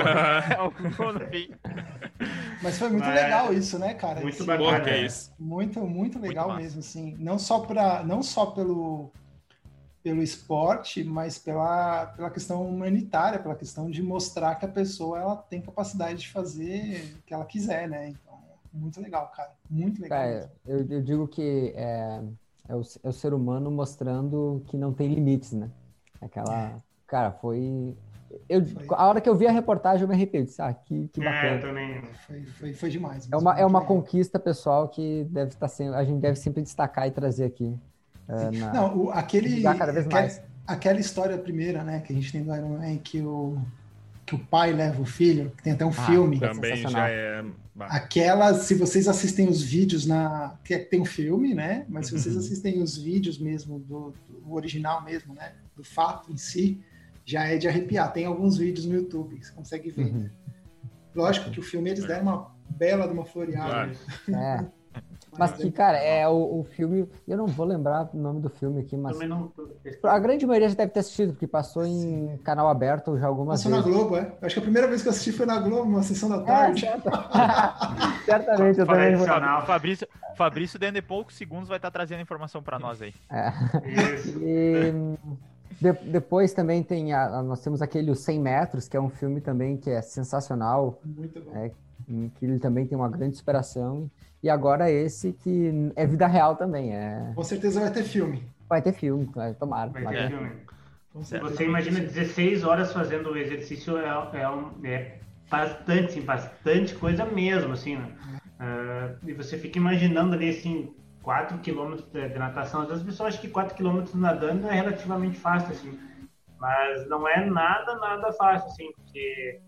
Mas foi muito legal isso, né, cara? Muito bacana. Que é isso. Muito legal mesmo, assim. Não só pelo esporte, mas pela questão humanitária, pela questão de mostrar que a pessoa ela tem capacidade de fazer o que ela quiser, né? Então, muito legal, cara. Muito legal. Eu digo que é o ser humano mostrando que não tem limites, né? Cara, foi... A hora que eu vi a reportagem, eu me arrependi. Que bacana. Também. Foi demais. É uma conquista pessoal que a gente deve sempre destacar e trazer aqui. Cada vez mais. Aquela história primeira, né, que a gente tem do Iron Man, que o pai leva o filho, que tem até um filme. Também já é... Aquela, se vocês assistem os vídeos que tem um filme, né, mas se vocês assistem os vídeos mesmo, do original mesmo, né, do fato em si, já é de arrepiar. Tem alguns vídeos no YouTube que você consegue ver. Né? Lógico que o filme eles deram uma bela de uma floreada. Claro. Mas que, cara, o filme... Eu não vou lembrar o nome do filme aqui, mas... A grande maioria já deve ter assistido, porque passou em canal aberto já algumas vezes. Passou na Globo, Eu acho que a primeira vez que eu assisti foi na Globo, uma sessão da tarde. Certamente, eu também vou... Fabrício, dentro de poucos segundos, vai estar trazendo informação para nós aí. Depois também nós temos aquele Os 100 Metros, que é um filme também que é sensacional. Muito bom. Que ele também tem uma grande superação. E agora esse que é vida real também. Com certeza vai ter filme. Vai ter filme, tomara. Vai ter filme. Você imagina 16 horas fazendo o exercício, é bastante coisa mesmo, assim, né? E você fica imaginando ali, assim, 4 km de natação. Às vezes as pessoas acham que 4 km nadando é relativamente fácil, assim. Mas não é nada fácil, assim, porque...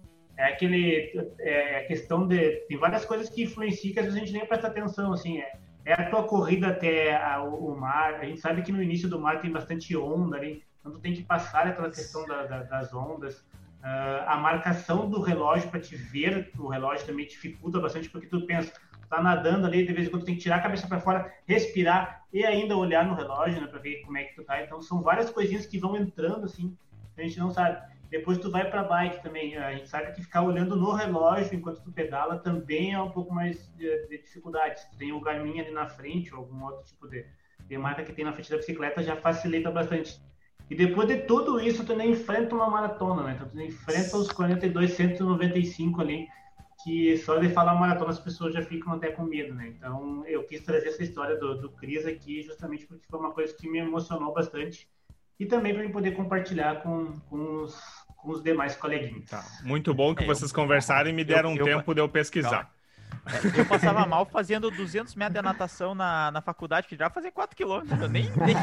a questão tem várias coisas que influenciam que às vezes a gente nem presta atenção, assim, é a tua corrida até o mar. A gente sabe que no início do mar tem bastante onda ali, então tu tem que passar aquela questão das ondas. A marcação do relógio para te ver o relógio também dificulta bastante, porque tu pensa, tu tá nadando ali, de vez em quando tu tem que tirar a cabeça para fora, respirar e ainda olhar no relógio, né, para ver como é que tu tá. Então são várias coisinhas que vão entrando, assim, que a gente não sabe. Depois tu vai para bike também, a gente sabe que ficar olhando no relógio enquanto tu pedala também é um pouco mais de dificuldade. Se tu tem o Garmin ali na frente ou algum outro tipo de marca que tem na frente da bicicleta, já facilita bastante. E depois de tudo isso, tu ainda enfrenta uma maratona, né? Então tu enfrenta os 42,195 ali, que só de falar maratona as pessoas já ficam até com medo, né? Então eu quis trazer essa história do Cris aqui justamente porque foi uma coisa que me emocionou bastante e também para eu poder compartilhar com os demais coleguinhas. Tá. Muito bom que vocês conversaram e me deram tempo de eu pesquisar. Eu passava mal fazendo 200 metros de natação na faculdade, que já fazia 4 quilômetros. Eu nem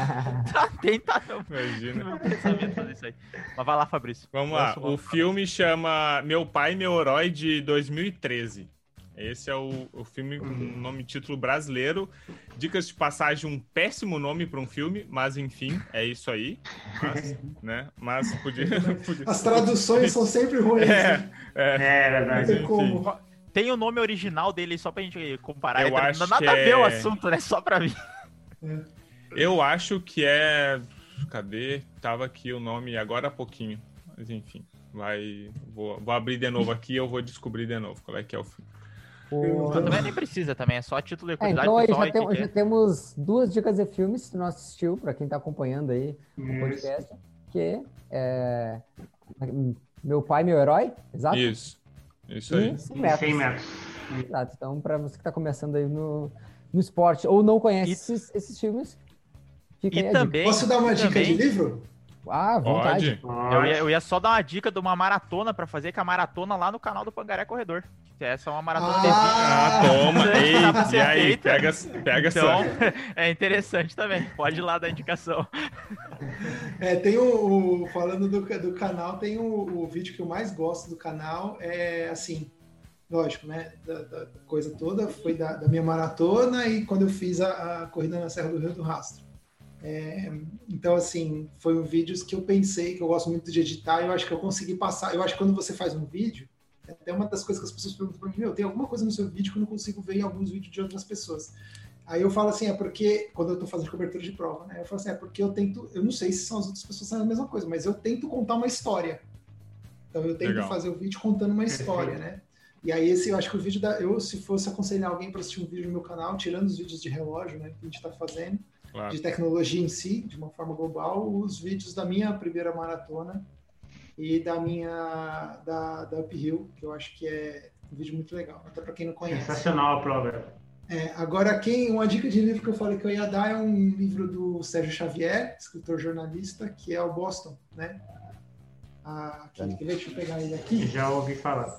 tá não. Imagina. Não pensamento fazer isso aí. Mas vai lá, Fabrício. Vamos lá. O filme chama Meu Pai, Meu Herói, de 2013. Esse é o filme com nome e título brasileiro. Dicas de passagem, um péssimo nome para um filme, mas enfim, é isso aí. Mas podia... As traduções são sempre ruins. É verdade. Não tem como. Tem o nome original dele só pra gente comparar. Eu acho nada que a ver o assunto, né? Só pra mim. Eu acho que é... Cadê? Tava aqui o nome agora há pouquinho. Mas enfim, vou abrir de novo aqui e eu vou descobrir de novo qual é que é o filme. Mas também nem precisa também, é só título de curiosidade. Então aí já temos 2 dicas de filmes que não assistiu, pra quem tá acompanhando aí o podcast, que é Meu Pai, Meu Herói, exato? Isso aí. 100 metros. Exato. Então, para você que está começando aí no esporte ou não conhece esses filmes, fica aí a dica. Posso dar uma dica de livro? Ah, vontade. Eu ia só dar uma dica de uma maratona para fazer, que a maratona lá no canal do Pangaré Corredor. Essa é uma maratona toma! Ei, e aí, pega então, só. É interessante também. Pode ir lá dar indicação. Tem falando do canal, tem o vídeo que eu mais gosto do canal, assim, lógico, né, da coisa toda, foi da minha maratona e quando eu fiz a corrida na Serra do Rio do Rastro. Então, assim, foi um vídeo que eu pensei, que eu gosto muito de editar, e eu acho que eu consegui passar. Eu acho que quando você faz um vídeo, até uma das coisas que as pessoas perguntam para mim, tem alguma coisa no seu vídeo que eu não consigo ver em alguns vídeos de outras pessoas. Aí eu falo assim, porque, quando eu estou fazendo cobertura de prova, né, eu falo assim, porque eu não sei se são as outras pessoas fazendo a mesma coisa, mas eu tento contar uma história. Então eu tento fazer o vídeo contando uma história, né? E aí eu acho que o vídeo, se fosse aconselhar alguém para assistir um vídeo no meu canal, tirando os vídeos de relógio, né, que a gente está fazendo, de tecnologia em si, de uma forma global, os vídeos da minha primeira maratona e da Uphill, que eu acho que é um vídeo muito legal, até para quem não conhece. Sensacional a prova. Agora, uma dica de livro que eu falei que eu ia dar é um livro do Sérgio Xavier, escritor jornalista, que é o Boston, né? Deixa eu pegar ele aqui. Já ouvi falar.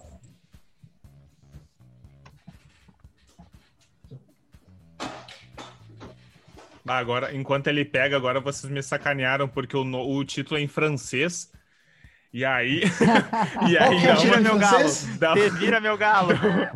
Agora, enquanto ele pega, agora vocês me sacanearam, porque o título é em francês. E aí... Vira meu galo! Vira meu galo!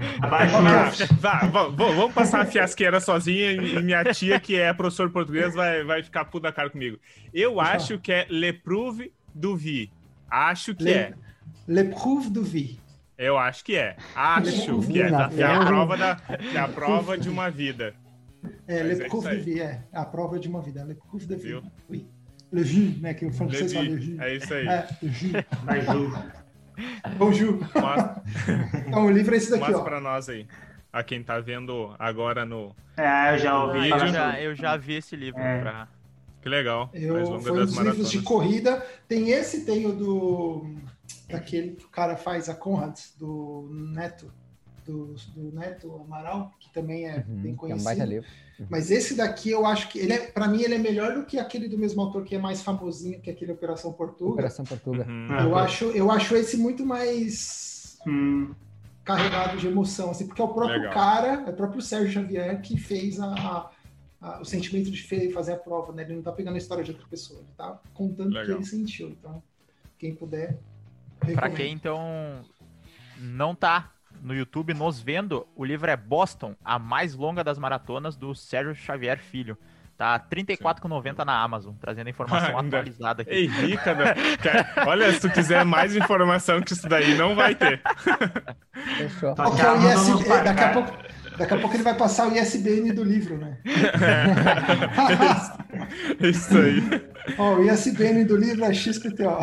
Vamos passar a fiasqueira sozinha e minha tia, que é professor português, vai ficar puta da cara comigo. Eu acho que é L'épreuve du vie. Acho que é. L'épreuve du vie. Eu acho que é. Acho que é. É a prova de uma vida. L'épreuve de vie, a prova de uma vida. L'épreuve de vie. Oui. Le jus, né? Que o francês fala le jus. É isso aí. Le jus. Bonjour. Então, o livro é esse daqui, Mostra pra nós aí. A quem tá vendo agora no eu já ouvi. Eu já vi esse livro. Que legal. Foi um dos livros de corrida. Tem o daquele que o cara faz a Conrad, do Neto. Do Neto Amaral, que também é bem conhecido. É um baita livro. Mas esse daqui eu acho que para mim ele é melhor do que aquele do mesmo autor que é mais famosinho, que é aquele Operação Portuga. Eu acho esse muito mais carregado de emoção, assim, porque é o próprio cara, é o próprio Sérgio Xavier que fez o sentimento de fazer a prova, né? Ele não tá pegando a história de outra pessoa, ele tá contando o que ele sentiu. Então, quem puder, recomendo. Pra quem então não tá no YouTube nos vendo, o livro é Boston, a mais longa das maratonas, do Sérgio Xavier Filho. Tá R$34,90 na Amazon, trazendo a informação atualizada aqui. Ei, rica, né? Olha, se tu quiser mais informação que isso daí, não vai ter. Fechou. Daqui a pouco ele vai passar o ISBN do livro, né? Isso aí. O ISBN do livro é XPTO.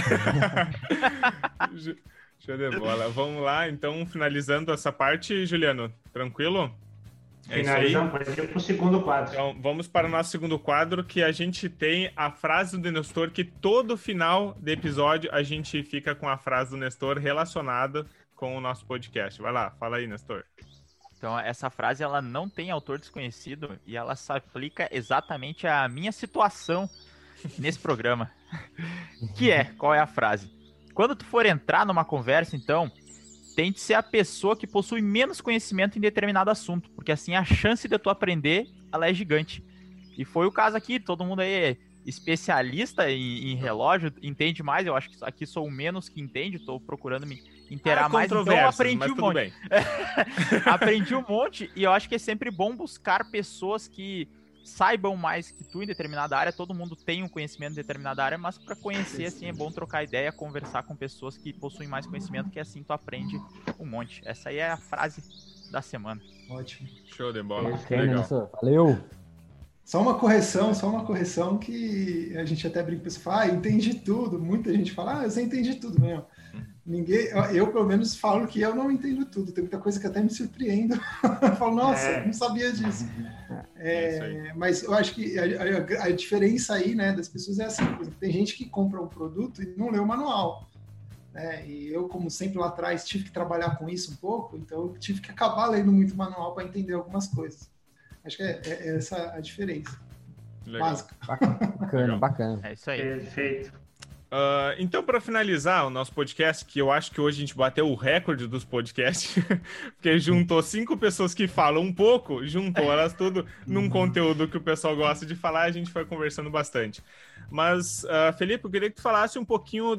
Show de bola. Vamos lá, então, finalizando essa parte, Juliano, tranquilo? Finalizamos, pode ir para o segundo quadro. Então, vamos para o nosso segundo quadro, que a gente tem a frase do Nestor, que todo final de episódio a gente fica com a frase do Nestor relacionada com o nosso podcast. Vai lá, fala aí, Nestor. Então, essa frase, ela não tem autor desconhecido e ela se aplica exatamente à minha situação nesse programa. Qual é a frase? Quando tu for entrar numa conversa, então, tente ser a pessoa que possui menos conhecimento em determinado assunto, porque assim a chance de tu aprender, ela é gigante. E foi o caso aqui, todo mundo aí é especialista em relógio, entende mais, eu acho que aqui sou o menos que entende, estou procurando me inteirar mais, então eu aprendi um monte. Aprendi um monte e eu acho que é sempre bom buscar pessoas que saibam mais que tu em determinada área, todo mundo tem um conhecimento em determinada área, mas para conhecer, assim, é bom trocar ideia, conversar com pessoas que possuem mais conhecimento, que assim tu aprende um monte. Essa aí é a frase da semana. Ótimo. Show de bola. Legal. Valeu! Só uma correção que a gente até brinca, fala, entendi tudo. Muita gente fala, você entende tudo mesmo. Eu pelo menos falo que eu não entendo tudo. Tem muita coisa que até me surpreendo. Eu falo, nossa, eu não sabia disso. Mas eu acho que a diferença aí, né, das pessoas é assim, por exemplo, tem gente que compra um produto e não lê o manual. Né? E eu, como sempre lá atrás, tive que trabalhar com isso um pouco, então eu tive que acabar lendo muito manual para entender algumas coisas. Acho que é essa a diferença. Legal. Básica. Bacana. É isso aí. Perfeito. Então, para finalizar o nosso podcast, que eu acho que hoje a gente bateu o recorde dos podcasts, porque juntou 5 pessoas que falam um pouco, juntou elas tudo num conteúdo que o pessoal gosta de falar, a gente foi conversando bastante. Mas, Felipe, eu queria que tu falasse um pouquinho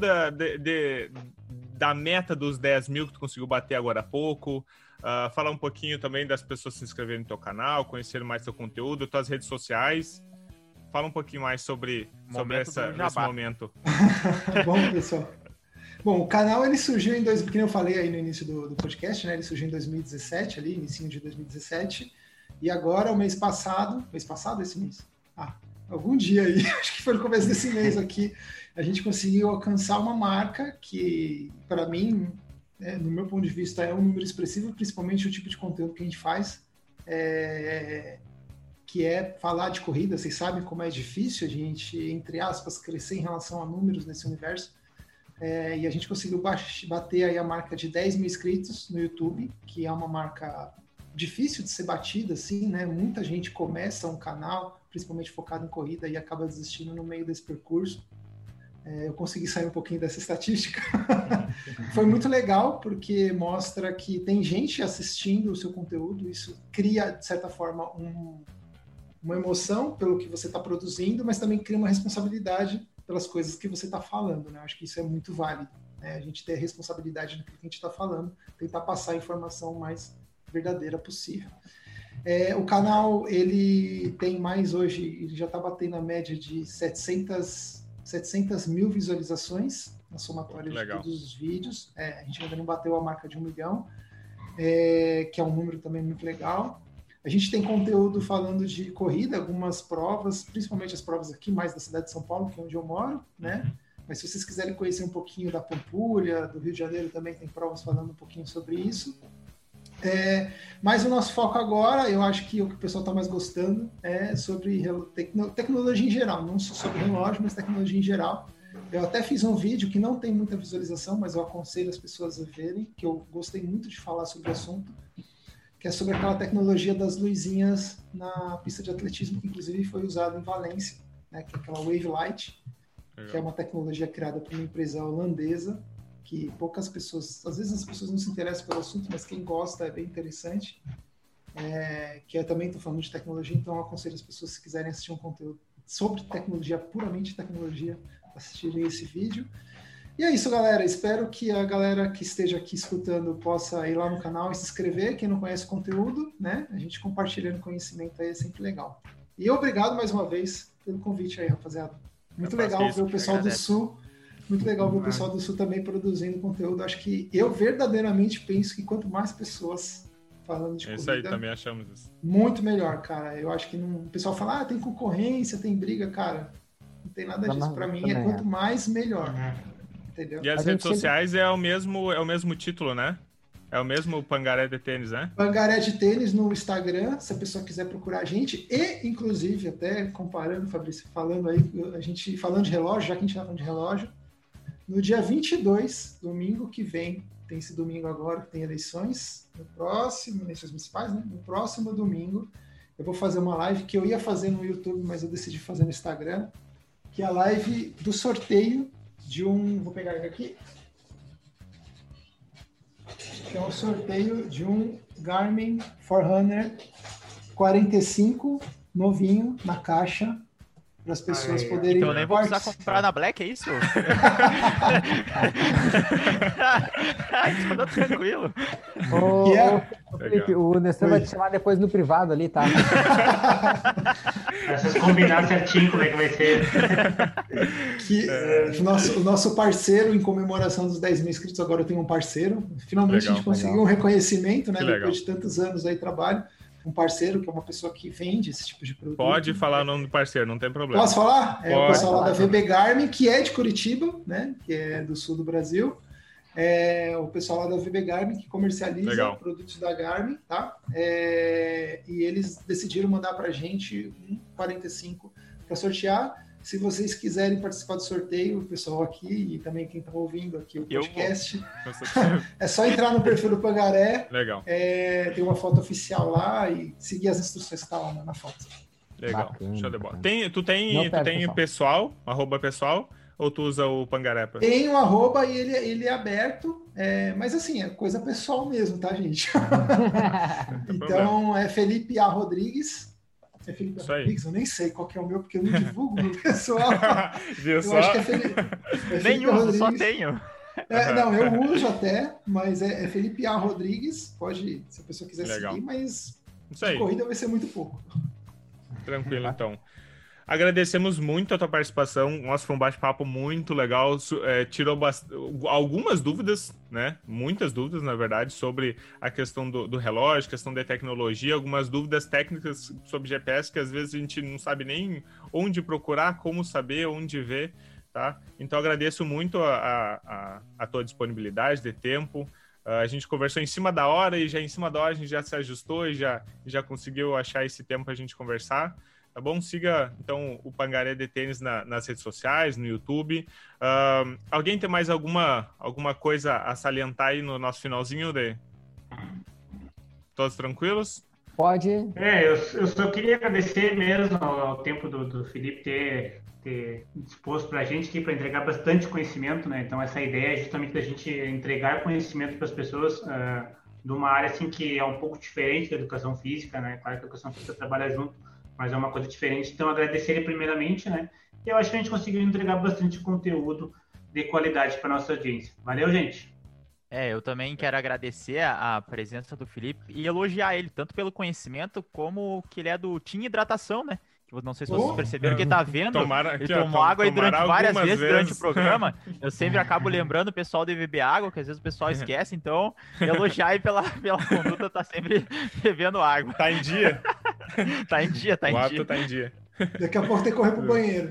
da meta dos 10 mil que tu conseguiu bater agora há pouco, falar um pouquinho também das pessoas se inscreverem no teu canal, conhecerem mais teu conteúdo, tuas redes sociais. Fala um pouquinho mais sobre esse momento. Bom, pessoal. Bom, o canal ele surgiu como eu falei aí no início do podcast, né? Ele surgiu em 2017, ali, início de 2017. E agora, esse mês? Algum dia aí, acho que foi no começo desse mês aqui, a gente conseguiu alcançar uma marca que, para mim, no meu ponto de vista, é um número expressivo, principalmente o tipo de conteúdo que a gente faz. Que é falar de corrida. Vocês sabem como é difícil a gente, entre aspas, crescer em relação a números nesse universo. E a gente conseguiu bater aí a marca de 10 mil inscritos no YouTube, que é uma marca difícil de ser batida, assim, né? Muita gente começa um canal, principalmente focado em corrida, e acaba desistindo no meio desse percurso. Eu consegui sair um pouquinho dessa estatística. Foi muito legal, porque mostra que tem gente assistindo o seu conteúdo, isso cria, de certa forma, uma emoção pelo que você está produzindo, mas também cria uma responsabilidade pelas coisas que você está falando, né? Acho que isso é muito válido, né? A gente ter responsabilidade naquilo que a gente está falando, tentar passar a informação mais verdadeira possível. O canal, ele tem mais hoje, ele já está batendo a média de 700 mil visualizações na somatória de todos os vídeos. A gente ainda não bateu a marca de 1 milhão, que é um número também muito legal. A gente tem conteúdo falando de corrida, algumas provas, principalmente as provas aqui mais da cidade de São Paulo, que é onde eu moro, né? Mas se vocês quiserem conhecer um pouquinho da Pampulha, do Rio de Janeiro, também tem provas falando um pouquinho sobre isso. Mas o nosso foco agora, eu acho que o que o pessoal está mais gostando é sobre tecnologia em geral, não só sobre relógio, mas tecnologia em geral. Eu até fiz um vídeo que não tem muita visualização, mas eu aconselho as pessoas a verem, que eu gostei muito de falar sobre o assunto, que é sobre aquela tecnologia das luzinhas na pista de atletismo, que inclusive foi usada em Valência, né, que é aquela Wave Light, que é uma tecnologia criada por uma empresa holandesa, que poucas pessoas, às vezes as pessoas não se interessam pelo assunto, mas quem gosta é bem interessante, que eu também estou falando de tecnologia, então eu aconselho as pessoas, se quiserem assistir um conteúdo sobre tecnologia, puramente tecnologia, assistirem esse vídeo. E é isso, galera. Espero que a galera que esteja aqui escutando possa ir lá no canal e se inscrever. Quem não conhece o conteúdo, né? A gente compartilhando conhecimento aí é sempre legal. E obrigado mais uma vez pelo convite aí, rapaziada. Muito legal ver o pessoal do Sul. Muito legal ver o pessoal do Sul também produzindo conteúdo. Acho que eu verdadeiramente penso que quanto mais pessoas falando de corrida... Isso aí, também achamos isso. Muito melhor, cara. Eu acho que o pessoal fala, tem concorrência, tem briga, cara. Não tem nada disso. Para mim, quanto mais, melhor. Entendeu? E as redes sociais é o mesmo título, né? É o mesmo Pangaré de Tênis, né? Pangaré de Tênis no Instagram, se a pessoa quiser procurar a gente. E, inclusive, até comparando, Fabrício, falando aí, falando de relógio, já que a gente tá falando de relógio, no dia 22, domingo que vem, tem esse domingo agora que tem eleições, eleições municipais, né? No próximo domingo eu vou fazer uma live que eu ia fazer no YouTube, mas eu decidi fazer no Instagram, que é a live do sorteio de vou pegar ele aqui, que é o sorteio de um Garmin Forerunner 45 novinho na caixa, para as pessoas poderem. Então eu nem vou precisar comprar na Black, é isso? Isso tá tranquilo. Felipe, o Nestor vai te chamar depois no privado ali, tá? Essas combinar certinho como é que vai ser. O nosso parceiro, em comemoração dos 10 mil inscritos, agora eu tenho um parceiro. Finalmente a gente conseguiu um reconhecimento, né? Depois de tantos anos aí de trabalho. Um parceiro, que é uma pessoa que vende esse tipo de produto. Pode falar o nome do parceiro, não tem problema. Posso falar? É o pessoal lá da VB Garmin, que é de Curitiba, né? Que é do sul do Brasil. É o pessoal lá da VB Garmin que comercializa produtos da Garmin, tá? E eles decidiram mandar pra gente um 45 para sortear. Se vocês quiserem participar do sorteio, o pessoal aqui e também quem está ouvindo aqui o podcast, é só entrar no perfil do Pangaré. Legal. Tem uma foto oficial lá e seguir as instruções que estão lá na foto. Legal. Bacana, show de bola. Tu tem pessoal, @, ou tu usa o Pangaré? Tem um @ e ele é aberto, mas assim, é coisa pessoal mesmo, tá, gente? Então, é Felipe A. Rodrigues. É Felipe Rodrigues, eu nem sei qual que é o meu, porque eu não divulgo no pessoal. Viu eu acho que é Felipe. Nem uso, só tenho. Não, eu uso até, mas é Felipe A. Rodrigues. Pode, se a pessoa quiser seguir, mas de corrida vai ser muito pouco. Tranquilo, então. Agradecemos muito a tua participação. Nossa, foi um bate-papo muito legal. Tirou algumas dúvidas, né? Muitas dúvidas, na verdade, sobre a questão do relógio, questão da tecnologia, algumas dúvidas técnicas sobre GPS que às vezes a gente não sabe nem onde procurar, como saber, onde ver, tá? Então, agradeço muito a tua disponibilidade de tempo. A gente conversou em cima da hora e já em cima da hora a gente já se ajustou e já conseguiu achar esse tempo para a gente conversar. Tá bom? Siga, então, o Pangaré de Tênis nas redes sociais, no YouTube. Alguém tem mais alguma coisa a salientar aí no nosso finalzinho? Todos tranquilos? Pode. Eu só queria agradecer mesmo ao tempo do Felipe ter disposto para a gente aqui para entregar bastante conhecimento, né? Então, essa ideia é justamente da gente entregar conhecimento para as pessoas de uma área assim, que é um pouco diferente da educação física, né? Claro que a educação física trabalha junto, mas é uma coisa diferente. Então, agradecer ele primeiramente, né? E eu acho que a gente conseguiu entregar bastante conteúdo de qualidade para nossa audiência. Valeu, gente! Eu também quero agradecer a presença do Felipe e elogiar ele, tanto pelo conhecimento, como que ele é do Team Hidratação, né? Que não sei se vocês perceberam, que tá vendo, ele tomou água aí durante várias vezes durante o programa. Eu sempre acabo lembrando o pessoal de beber água, que às vezes o pessoal esquece, então elogiar aí pela conduta, tá sempre bebendo água. Tá em dia? Tá em dia. O hábito tá em dia. Daqui a pouco tem que correr pro banheiro.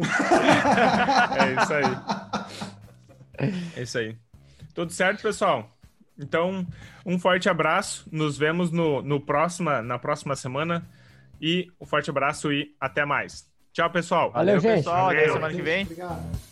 É isso aí. Tudo certo, pessoal? Então, um forte abraço. Nos vemos na próxima semana. E um forte abraço e até mais. Tchau, pessoal. Valeu, gente. Pessoal. Até semana que vem. Obrigado.